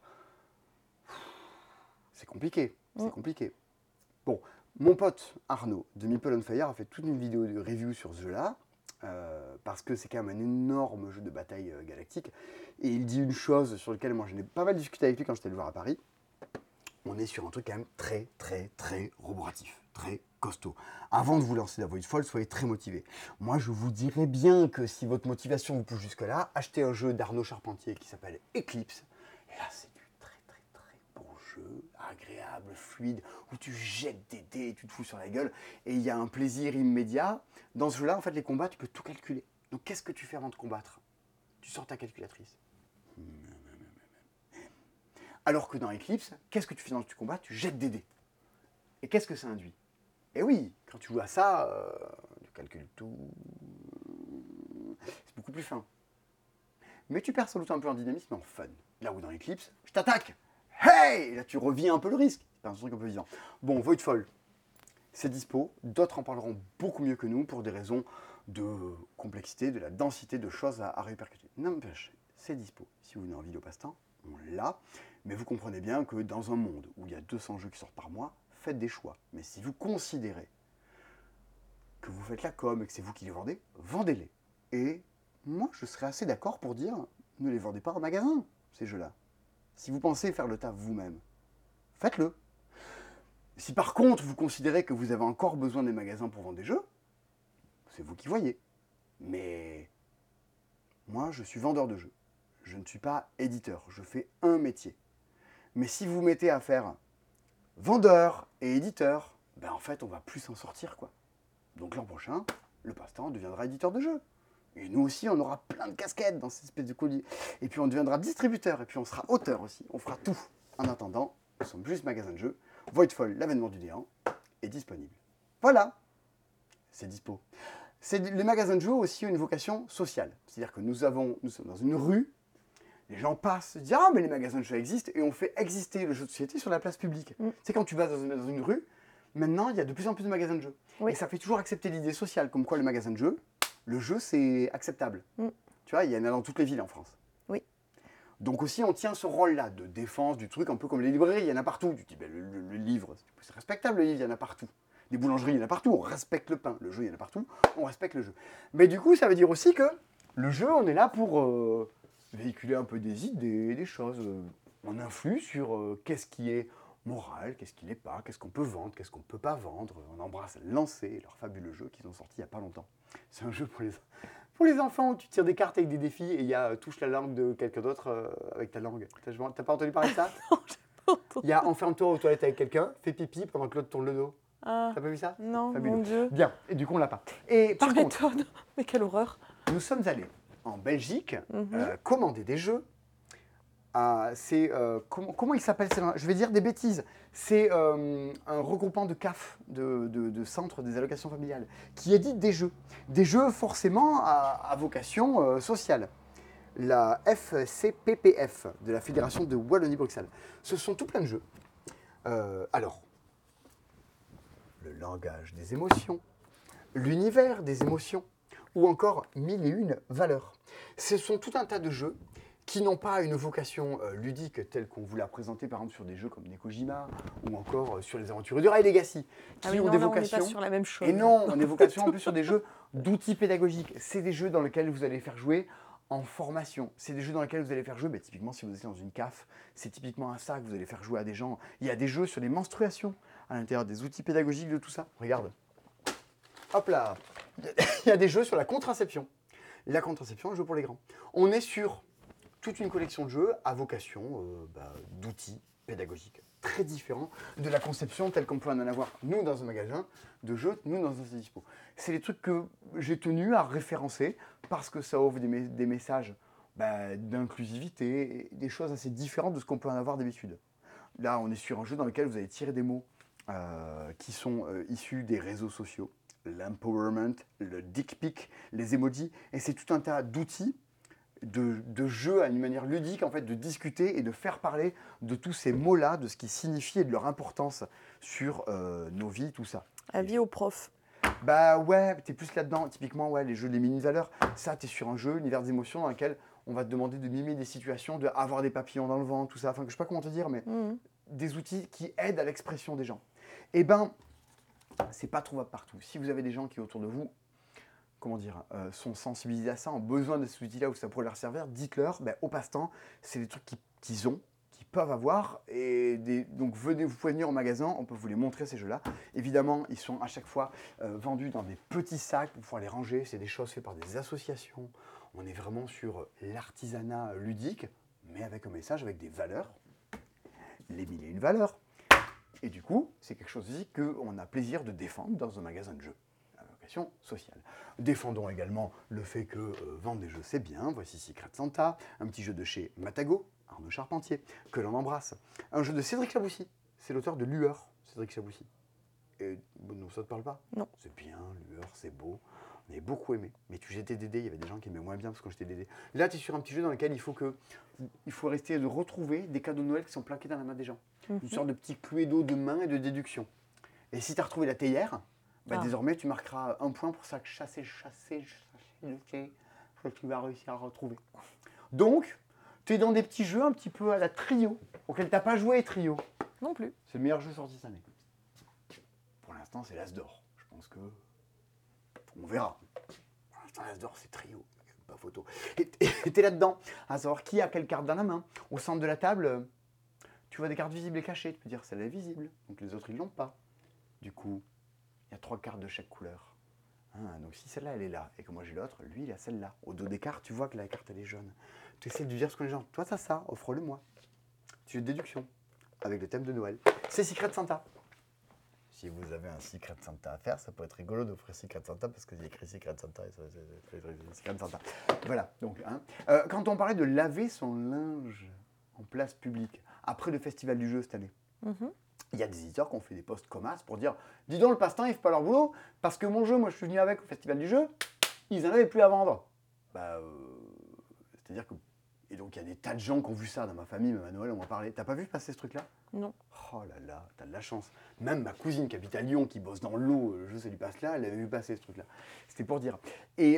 C'est compliqué, c'est Mm. compliqué. Bon, mon pote Arnaud de Meeple on Fire a fait toute une vidéo de review sur ce jeu-là. euh, parce que c'est quand même un énorme jeu de bataille euh, galactique. Et il dit une chose sur laquelle moi j'en ai pas mal discuté avec lui quand j'étais le voir à Paris. On est sur un truc quand même très, très, très roboratif, très costaud. Avant de vous lancer la voie folle, soyez très motivé. Moi, je vous dirais bien que si votre motivation vous pousse jusque-là, achetez un jeu d'Arnaud Charpentier qui s'appelle Eclipse. Et là, c'est du très très très beau jeu, agréable, fluide, où tu jettes des dés et tu te fous sur la gueule. Et il y a un plaisir immédiat. Dans ce jeu-là, en fait, les combats, tu peux tout calculer. Donc, qu'est-ce que tu fais avant de combattre? Tu sors ta calculatrice. Alors que dans Eclipse, qu'est-ce que tu fais dans tu combats? Tu jettes des dés. Et qu'est-ce que ça induit? Et oui, quand tu joues à ça, euh, tu calcules tout. C'est beaucoup plus fin. Mais tu perds sans doute un peu en dynamisme et en fun. Là où dans Eclipse, je t'attaque. Hey! Et là, tu revis un peu le risque. C'est un truc un peu vivant. Bon, Voidfall, c'est dispo. D'autres en parleront beaucoup mieux que nous pour des raisons de complexité, de la densité de choses à, à répercuter. N'empêche, c'est dispo. Si vous avez envie de passe-temps, on l'a. Mais vous comprenez bien que dans un monde où il y a deux cents jeux qui sortent par mois, faites des choix. Mais si vous considérez que vous faites la com et que c'est vous qui les vendez, vendez-les. Et moi, je serais assez d'accord pour dire, ne les vendez pas en magasin, ces jeux-là. Si vous pensez faire le taf vous-même, faites-le. Si par contre, vous considérez que vous avez encore besoin des magasins pour vendre des jeux, c'est vous qui voyez. Mais moi, je suis vendeur de jeux. Je ne suis pas éditeur. Je fais un métier. Mais si vous mettez à faire vendeur et éditeur, ben en fait, on va plus s'en sortir, quoi. Donc l'an prochain, le passe-temps deviendra éditeur de jeux. Et nous aussi, on aura plein de casquettes dans cette espèce de colis. Et puis on deviendra distributeur, et puis on sera auteur aussi. On fera tout. En attendant, nous sommes juste magasin de jeux. Voidfall, l'avènement du néant, est disponible. Voilà, c'est dispo. C'est, les magasins de jeux ont aussi une vocation sociale. C'est-à-dire que nous, avons, nous sommes dans une rue, les gens passent, se disent « Ah, mais les magasins de jeux existent » et on fait exister le jeu de société sur la place publique. Mm. C'est quand tu vas dans une, dans une rue, maintenant, il y a de plus en plus de magasins de jeux. Oui. Et ça fait toujours accepter l'idée sociale, comme quoi le magasin de jeux, le jeu, c'est acceptable. Mm. Tu vois, il y en a dans toutes les villes en France. Oui. Donc aussi, on tient ce rôle-là de défense du truc, un peu comme les librairies, il y en a partout. Tu dis, ben, le, le, le livre, c'est respectable, le livre, il y en a partout. Les boulangeries, il y en a partout, on respecte le pain. Le jeu, il y en a partout, on respecte le jeu. Mais du coup, ça veut dire aussi que le jeu, on est là pour euh, véhiculer un peu des idées, des choses. Euh, on influe sur euh, qu'est-ce qui est moral, qu'est-ce qui n'est pas, qu'est-ce qu'on peut vendre, qu'est-ce qu'on ne peut pas vendre. On embrasse Lancer, leur fabuleux jeu qu'ils ont sorti il n'y a pas longtemps. C'est un jeu pour les, pour les enfants où tu tires des cartes avec des défis et il y a euh, touche la langue de quelqu'un d'autre euh, avec ta langue. T'as, t'as pas entendu parler de ça? Non, j'ai pas entendu. Il y a enferme-toi aux toilettes avec quelqu'un, fais pipi pendant que l'autre tourne le dos. Ah, t'as pas vu ça? Non, fabuleux. Mon Dieu. Bien, et du coup on l'a pas. Et par tu contre, m'étonnes. Mais quelle horreur. Nous sommes allés en Belgique mm-hmm. euh, commander des jeux. Euh, c'est euh, comment, comment il s'appelle? Je vais dire des bêtises. C'est euh, un regroupement de C A F, de, de, de centres des allocations familiales, qui édite des jeux. Des jeux forcément à, à vocation euh, sociale. La F C P P F, de la Fédération de Wallonie-Bruxelles. Ce sont tout plein de jeux. Euh, alors, le langage des émotions, l'univers des émotions, ou encore mille et une valeurs. Ce sont tout un tas de jeux qui n'ont pas une vocation euh, ludique telle qu'on vous l'a présentée par exemple sur des jeux comme Nekojima ou encore euh, sur les aventures du Rail Legacy, qui ah oui, ont non, des là, vocations. On n'est pas sur la même chose. Et non, on est vocation en plus sur des jeux d'outils pédagogiques. C'est des jeux dans lesquels vous allez faire jouer en formation. C'est des jeux dans lesquels vous allez faire jouer, bah, typiquement si vous êtes dans une C A F, c'est typiquement à ça que vous allez faire jouer à des gens. Il y a des jeux sur les menstruations à l'intérieur des outils pédagogiques de tout ça. Regarde. Hop là. Il y a des jeux sur la contraception. La contraception, un jeu pour les grands. On est sur toute une collection de jeux à vocation euh, bah, d'outils pédagogiques très différents de la conception telle qu'on peut en avoir, nous, dans un magasin de jeux, nous, dans un dispo. C'est les trucs que j'ai tenu à référencer parce que ça offre des, me- des messages bah, d'inclusivité, et des choses assez différentes de ce qu'on peut en avoir d'habitude. Là, on est sur un jeu dans lequel vous allez tirer des mots euh, qui sont euh, issus des réseaux sociaux, l'empowerment, le dick pic, les emojis, et c'est tout un tas d'outils De, de jeux à une manière ludique, en fait, de discuter et de faire parler de tous ces mots-là, de ce qui signifie et de leur importance sur euh, nos vies, tout ça. Avis aux profs. Bah ouais, t'es plus là-dedans. Typiquement, ouais, les jeux, les mini-valeurs, ça, t'es sur un jeu, univers des émotions, dans lequel on va te demander de mimer des situations, de avoir des papillons dans le vent, tout ça. Enfin, je sais pas comment te dire, mais Mmh. des outils qui aident à l'expression des gens. Eh ben, c'est pas trouvable partout. Si vous avez des gens qui, autour de vous, comment dire, euh, sont sensibilisés à ça, ont besoin de ces outils-là où ça pourrait leur servir, dites-leur, ben, au passe-temps, c'est des trucs qui, qu'ils ont, qui peuvent avoir. Et des, donc venez, vous pouvez venir au magasin, on peut vous les montrer ces jeux-là. Évidemment, ils sont à chaque fois euh, vendus dans des petits sacs pour pouvoir les ranger. C'est des choses faites par des associations. On est vraiment sur l'artisanat ludique, mais avec un message, avec des valeurs. Les mille et une valeurs. Et du coup, c'est quelque chose aussi qu'on a plaisir de défendre dans un magasin de jeux. À vocation sociale. Défendons également le fait que euh, vendre des jeux, c'est bien. Voici Secret Santa, un petit jeu de chez Matago, Arnaud Charpentier, que l'on embrasse. Un jeu de Cédric Chaboussy. C'est l'auteur de Lueur, Cédric Chaboussy. Et bon, non, ça ne te parle pas? Non. C'est bien, Lueur, c'est beau. On avait beaucoup aimé. Mais tu j'étais Dédé, il y avait des gens qui aimaient moins bien parce que j'étais Dédé. Là, tu es sur un petit jeu dans lequel il faut, que, il faut rester de retrouver des cadeaux de Noël qui sont planqués dans la main des gens. Mm-hmm. Une sorte de petit cluedo de main et de déduction. Et si tu as retrouvé la théière, bah, ah. désormais, tu marqueras un point pour ça que chasser, chasser, chasser, que tu vas réussir à retrouver. Donc, tu es dans des petits jeux un petit peu à la Trio, auquel tu n'as pas joué, Trio. Non plus. C'est le meilleur jeu sorti cette année. Pour l'instant, c'est l'As d'or. Je pense que... On verra. Pour l'instant, l'As d'or, c'est Trio. Pas photo. Et tu es là-dedans, à savoir qui a quelle carte dans la main. Au centre de la table, tu vois des cartes visibles et cachées. Tu peux dire celle-là est visible, donc les autres, ils ne l'ont pas. Du coup, il y a trois cartes de chaque couleur. Ah, donc si celle-là, elle est là, et que moi j'ai l'autre, lui, il a celle-là. Au dos des cartes, tu vois que la carte, elle est jaune. Tu essaies de lui dire ce que les gens... Toi, ça, ça, offre-le-moi. Tu fais de déduction, avec le thème de Noël. C'est Secret Santa. Si vous avez un Secret Santa à faire, ça peut être rigolo d'offrir Secret Santa, parce qu'il y a écrit Secret Santa, et ça, c'est Secret Santa. Voilà, donc, hein. euh, quand on parlait de laver son linge en place publique, après le festival du jeu cette année, mm-hmm. il y a des éditeurs qui ont fait des posts comme as pour dire « Dis donc, le passe-temps, ils ne font pas leur boulot, parce que mon jeu, moi, je suis venu avec au festival du jeu, ils n'en avaient plus à vendre. Bah, » euh, c'est-à-dire que... Et donc, il y a des tas de gens qui ont vu ça dans ma famille, même à Noël, on m'en parlait. T'as pas vu passer ce truc-là? Non. Oh là là, t'as de la chance. Même ma cousine qui habite à Lyon, qui bosse dans l'eau, le jeu, c'est du passe-là, elle avait vu passer ce truc-là. C'était pour dire. Et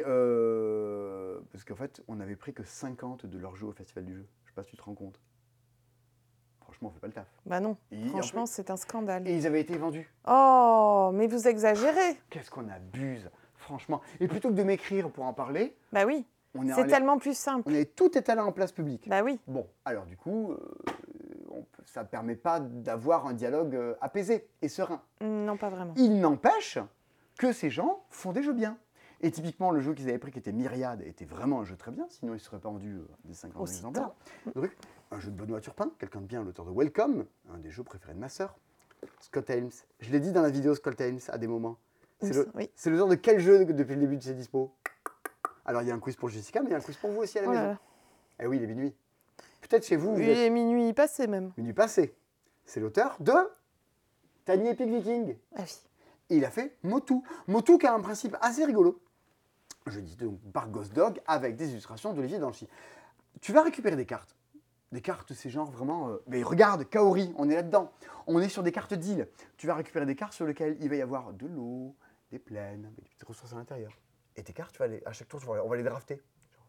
euh, parce qu'en fait, on n'avait pris que cinquante de leurs jeux au festival du jeu. Je sais pas si tu te rends compte. Franchement, on fait pas le taf. Bah non, et franchement, fait, c'est un scandale. Et ils avaient été vendus. Oh, mais vous exagérez. Qu'est-ce qu'on abuse, franchement. Et plutôt que de m'écrire pour en parler... Bah oui. C'est allé, tellement plus simple. On est tout étalé en place publique. Bah oui. Bon, alors du coup, euh, on, ça ne permet pas d'avoir un dialogue euh, apaisé et serein. Non, pas vraiment. Il n'empêche que ces gens font des jeux bien. Et typiquement, le jeu qu'ils avaient pris, qui était Myriade, était vraiment un jeu très bien, sinon il ne serait pas vendu euh, des cinquante exemplaires. Donc, un jeu de Benoît Turpin, quelqu'un de bien, l'auteur de Welcome, un des jeux préférés de ma sœur. Scott Helms. Je l'ai dit dans la vidéo, Scott Helms, à des moments. C'est le, oui. l'auteur de quel jeu depuis le début de ses dispos? Alors, il y a un quiz pour Jessica, mais il y a un quiz pour vous aussi à la oh maison. Eh oui, il est minuit. Peut-être chez vous. vous il est minuit passé même. Minuit passé. C'est l'auteur de Tiny Epic Viking. Ah oui. Et il a fait Motu. Motu qui a un principe assez rigolo. Je dis donc par Ghost Dog avec des illustrations d'Olivier Danchi. Tu vas récupérer des cartes. Des cartes, c'est genre vraiment... Euh... Mais regarde, Kaori, on est là-dedans. On est sur des cartes d'île. Tu vas récupérer des cartes sur lesquelles il va y avoir de l'eau, des plaines, des petites ressources à l'intérieur. Et tes cartes, tu vas les, à chaque tour, tu vas, on va les drafter.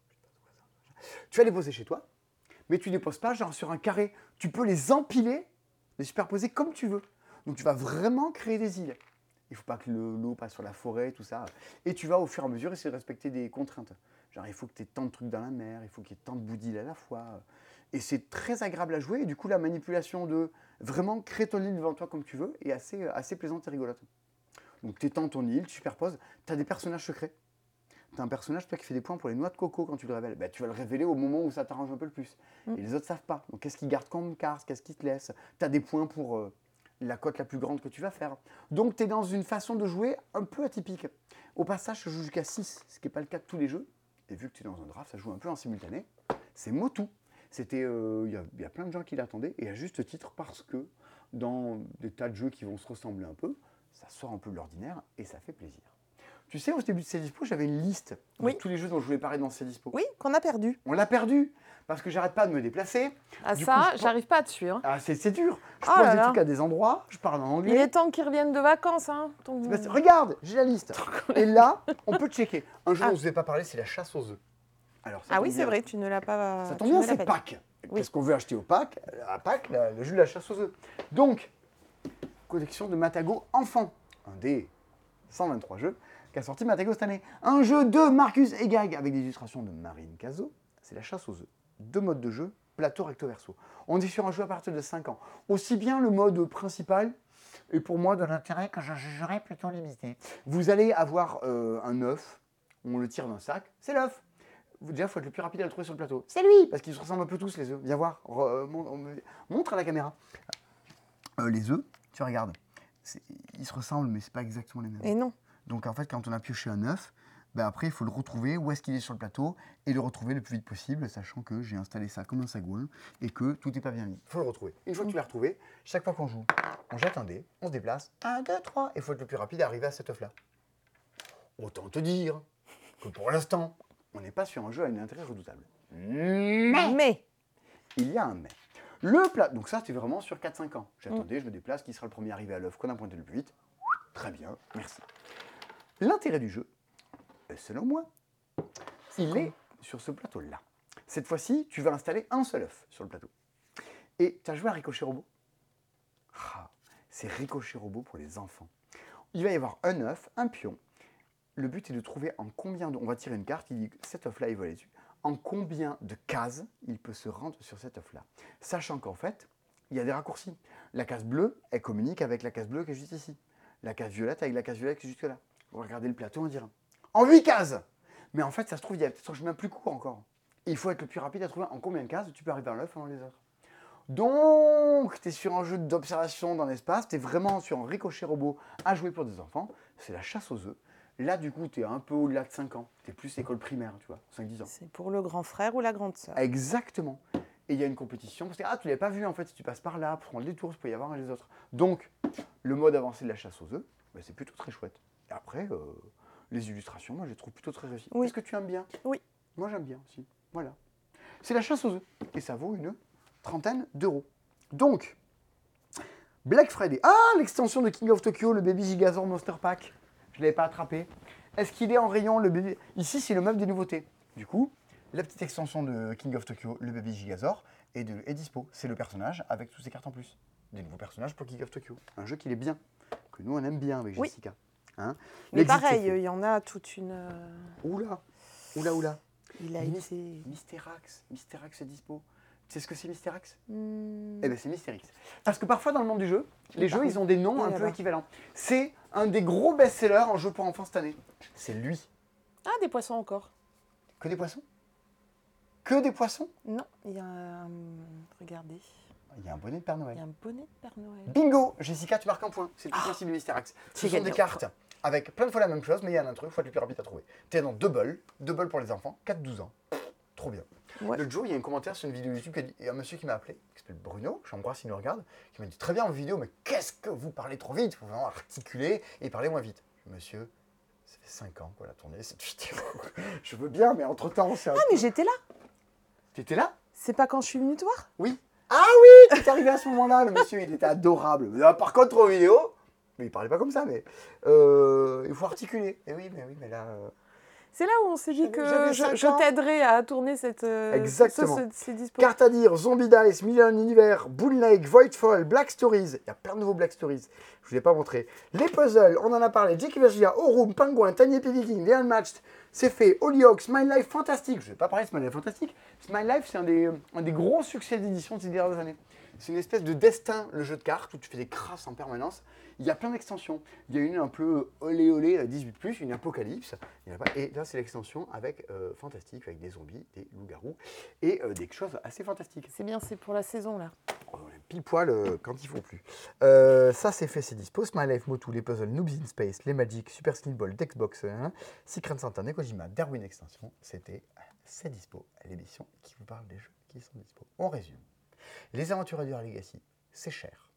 Tu vas les poser chez toi, mais tu ne les poses pas genre sur un carré. Tu peux les empiler, les superposer comme tu veux. Donc tu vas vraiment créer des îles. Il ne faut pas que l'eau passe sur la forêt, tout ça. Et tu vas au fur et à mesure essayer de respecter des contraintes. Genre il faut que tu aies tant de trucs dans la mer, il faut qu'il y ait tant de bouts d'îles à la fois. Et c'est très agréable à jouer. Et du coup, la manipulation de vraiment créer ton île devant toi comme tu veux est assez, assez plaisante et rigolote. Donc tu étends ton île, tu superposes, tu as des personnages secrets. Tu as un personnage toi, qui fait des points pour les noix de coco quand tu le révèles. Ben, tu vas le révéler au moment où ça t'arrange un peu le plus. Mm. Et les autres ne savent pas. Donc qu'est-ce qu'ils gardent comme carte, qu'est-ce qu'ils te laissent. Tu as des points pour euh, la cote la plus grande que tu vas faire. Donc tu es dans une façon de jouer un peu atypique. Au passage, je joue jusqu'à six, ce qui n'est pas le cas de tous les jeux. Et vu que tu es dans un draft, ça joue un peu en simultané. C'est Motu. C'était, euh, y a, y a plein de gens qui l'attendaient, et à juste titre parce que dans des tas de jeux qui vont se ressembler un peu, ça sort un peu de l'ordinaire et ça fait plaisir. Tu sais, au début de Cdispo, j'avais une liste oui. de tous les jeux dont je voulais parler dans Cdispo. Oui, qu'on a perdu. On l'a perdu, parce que j'arrête pas de me déplacer. Ah du ça, coup, j'arrive pas à te suivre. Ah, c'est dur. Je oh pose là des là. trucs à des endroits, je parle en anglais. Il est temps qu'ils reviennent de vacances. Hein, ton... Regarde, j'ai la liste. Et là, on peut checker. Un jeu ah. dont je ne vous ai pas parlé, c'est la chasse aux œufs. Alors, ah oui, c'est vrai, tu ne l'as pas... Ça tombe bien, c'est Pâques. Oui. Qu'est-ce qu'on veut acheter au Pâques? À Pâques, le jeu de la chasse aux œufs. Donc, collection de Matago enfant. Un des cent vingt-trois jeux qu'a sorti Matago cette année. Un jeu de Marcus Egag avec des illustrations de Marine Cazot. C'est la chasse aux œufs. Deux modes de jeu plateau recto-verso. On est sur un jeu à partir de cinq ans. Aussi bien le mode principal est pour moi d'un intérêt que je jugerais plutôt limité. Vous allez avoir euh, un œuf, on le tire d'un sac, c'est l'œuf. Déjà, il faut être le plus rapide à le trouver sur le plateau. C'est lui, parce qu'ils se ressemblent un peu tous les œufs. Viens voir, Re, euh, montre à la caméra. Euh, les œufs, tu regardes, ils se ressemblent, mais c'est pas exactement les mêmes. Et non. Donc en fait, quand on a pioché un œuf, ben après, il faut le retrouver, où est-ce qu'il est sur le plateau, et le retrouver le plus vite possible, sachant que j'ai installé ça comme un sagouin, et que tout n'est pas bien mis. Il faut le retrouver. Une fois que tu l'as retrouvé, chaque fois qu'on joue, on jette un dé, on se déplace, un, deux, trois, et il faut être le plus rapide à arriver à cet œuf-là. Autant te dire que pour l'instant, on n'est pas sur un jeu à un intérêt redoutable. Mais, mais il y a un mais. Le plat, donc ça, c'est vraiment sur quatre cinq ans. J'attendais, je me déplace, qui sera le premier arrivé à l'œuf qu'on a pointé le plus vite. Très bien, merci. L'intérêt du jeu, selon moi, il est sur ce plateau-là. Cette fois-ci, tu vas installer un seul œuf sur le plateau. Et tu as joué à Ricochet Robot? Ah, c'est Ricochet Robot pour les enfants. Il va y avoir un œuf, un pion. Le but est de trouver en combien de... On va tirer une carte, il dit que cet œuf-là, il va aller dessus. En combien de cases il peut se rendre sur cet œuf-là. Sachant qu'en fait, il y a des raccourcis. La case bleue, elle communique avec la case bleue qui est juste ici. La case violette avec la case violette qui est juste là. Vous regardez le plateau, on dirait en huit cases. Mais en fait, ça se trouve, il y a peut-être un chemin plus court encore. Et il faut être le plus rapide à trouver en combien de cases tu peux arriver à l'œuf avant les autres. Donc, tu es sur un jeu d'observation dans l'espace, tu es vraiment sur un Ricochet Robot à jouer pour des enfants. C'est la chasse aux œufs. Là, du coup, tu es un peu au-delà de cinq ans. Tu es plus école primaire, tu vois, cinq dix ans. C'est pour le grand frère ou la grande sœur. Exactement. Et il y a une compétition, parce que ah, tu ne l'avais pas vu, en fait, si tu passes par là, pour prendre les tours, il peut y avoir les autres. Donc, le mode avancé de la chasse aux œufs, ben, c'est plutôt très chouette. Et après, euh, les illustrations, moi, je les trouve plutôt très réussies. Oui. Est-ce que tu aimes bien? Oui. Moi, j'aime bien aussi. Voilà. C'est la chasse aux œufs. Et ça vaut une trentaine d'euros. Donc, Black Friday. Ah, l'extension de King of Tokyo, le Baby Gigazor Monster Pack. Je ne l'avais pas attrapé. Est-ce qu'il est en rayon, le bébé? Ici, c'est le meuble des nouveautés. Du coup, la petite extension de King of Tokyo, le Baby Gigazor, est, de, est dispo. C'est le personnage avec toutes ses cartes en plus. Des nouveaux personnages pour King of Tokyo. Un jeu qui est bien, que nous, on aime bien avec Oui. Jessica. Hein? Mais pareil, il y en a toute une... Oula, oula, oula. Il a Mis- été... Mysterax, Mysterax est dispo. Tu sais ce que c'est Mysterax? Hmm. Eh bien, c'est Mystérix. Parce que parfois, dans le monde du jeu, les Oui, jeux, par ils ont des noms Oui, un peu là-bas. équivalents. C'est un des gros best-sellers en jeu pour enfants cette année. C'est lui. Ah, des poissons encore. Que des poissons? Que des poissons? Non, il y a un... Regardez, Il y a un bonnet de Père il y Noël. a un bonnet de Père Noël. Bingo! Jessica, tu marques un point. C'est tout le Ah. principe de Mysterax. Ce C'est sont des gagnant. cartes avec plein de fois la même chose, mais il y a un truc, il faut être le plus rapide à trouver. Tu es dans Double, Double pour les enfants, quatre douze ans. Trop bien. Ouais. L'autre jour, il y a un commentaire sur une vidéo YouTube, qui a dit- il y a un monsieur qui m'a appelé, qui s'appelle Bruno, j'embrasse s'il nous regarde, qui m'a dit très bien en vidéo, mais qu'est-ce que vous parlez trop vite? Il faut vraiment articuler et parler moins vite. Monsieur, ça fait cinq ans qu'on a tourné cette vidéo. Je veux bien, mais entre-temps, c'est un... Ah, mais j'étais là. T'étais là? C'est pas quand je suis venue te voir? Oui. Ah oui, tu es arrivé à ce moment-là, le monsieur, il était adorable. Mais, ah, par contre, en vidéo, mais il parlait pas comme ça, mais euh, il faut articuler. Et oui, mais oui, mais là... euh, C'est là où on s'est dit J'avais- que j'avais je, cinq je ans. t'aiderai à tourner cette... euh, Exactement. ce- ce- ces dispos. Carte à dire, Zombie Dice, Million Univers, Bull Lake, Voidfall, Black Stories. Il y a plein de nouveaux Black Stories. Je ne vous ai pas montré. Les puzzles, on en a parlé. Jackie Virginia, Orum, Penguin, Tiny P. Viking, The Unmatched, c'est fait. Hollyoaks, Smile Life Fantastic. Je ne vais pas parler de Smile Life Fantastic. Smile Life, c'est un des, un des gros succès d'édition de ces dernières années. C'est une espèce de destin, le jeu de cartes, où tu fais des crasses en permanence. Il y a plein d'extensions. Il y a une un peu olé olé, dix-huit plus, une apocalypse. Il y en a pas. Et là, c'est l'extension avec euh, fantastique, avec des zombies, des loups-garous et euh, des choses assez fantastiques. C'est bien, c'est pour la saison, là. Oh, on est pile poil euh, quand il faut plus. Euh, ça, c'est fait, c'est dispo. Smile Life Motu, les puzzles Noobs in Space, les Magic, Super Skin Ball, Dexbox, hein, Secret Santa, Nekojima, Darwin Extension. C'était, c'est dispo. L'émission qui vous parle des jeux qui sont dispo. On résume. Les Aventuriers du Legacy, c'est cher.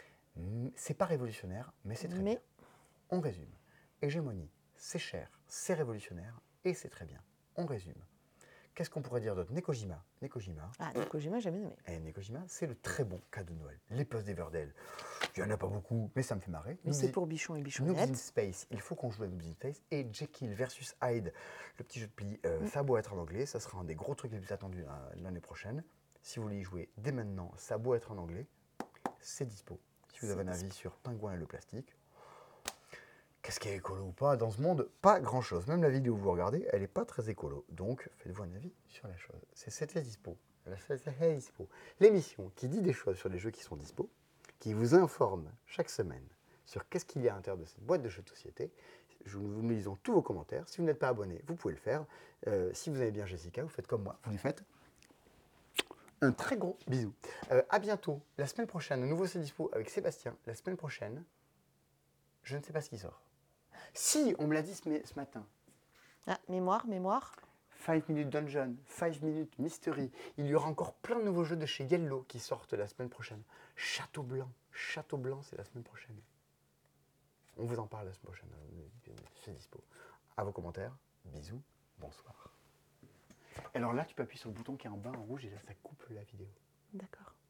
Mm, C'est pas révolutionnaire, mais c'est très Mais- bien. On résume. Hégémonie, c'est cher, c'est révolutionnaire et c'est très bien. On résume. Qu'est-ce qu'on pourrait dire d'autre? Nekojima. Nekojima. Ah, Nekojima, j'ai jamais aimé. Et Nekojima, c'est le très bon cadeau de Noël. Les postes d'Everdell. Il n'y en a pas beaucoup, mais ça me fait marrer. Mais Noobs c'est in- pour Bichon et Noobs Bichonnette. in Space, il faut qu'on joue à Noobs in Space. Et Jekyll versus Hyde, le petit jeu de pli, euh, Mm. ça a beau être en anglais, ça sera un des gros trucs les plus attendus euh, l'année prochaine. Si vous voulez y jouer dès maintenant, ça a beau être en anglais, c'est dispo. Si vous C'est avez un dispo. avis sur Pingouin et le plastique, qu'est-ce qui est écolo ou pas dans ce monde? Pas grand-chose. Même la vidéo que vous regardez, elle n'est pas très écolo. Donc, faites-vous un avis sur la chose. C'est- C'était dispo. La Hey Dispo. L'émission qui dit des choses sur les jeux qui sont dispo, qui vous informe chaque semaine sur qu'est-ce qu'il y a à l'intérieur de cette boîte de jeux de société. Je, nous lisons tous vos commentaires. Si vous n'êtes pas abonné, vous pouvez le faire. Euh, si vous aimez bien Jessica, vous faites comme moi, vous lui faites un très gros bisou. Euh, à bientôt. La semaine prochaine, un nouveau C'est Dispo avec Sébastien. La semaine prochaine, je ne sais pas ce qui sort. Si, on me l'a dit ce, ce matin. Ah, mémoire, mémoire. five Minute Dungeon, five Minute Mystery. Il y aura encore plein de nouveaux jeux de chez Yellow qui sortent la semaine prochaine. Château Blanc. Château Blanc, c'est la semaine prochaine. On vous en parle la semaine prochaine. C'est dispo. À vos commentaires. Bisous. Bonsoir. Alors là, tu peux appuyer sur le bouton qui est en bas en rouge et là, ça coupe la vidéo. D'accord.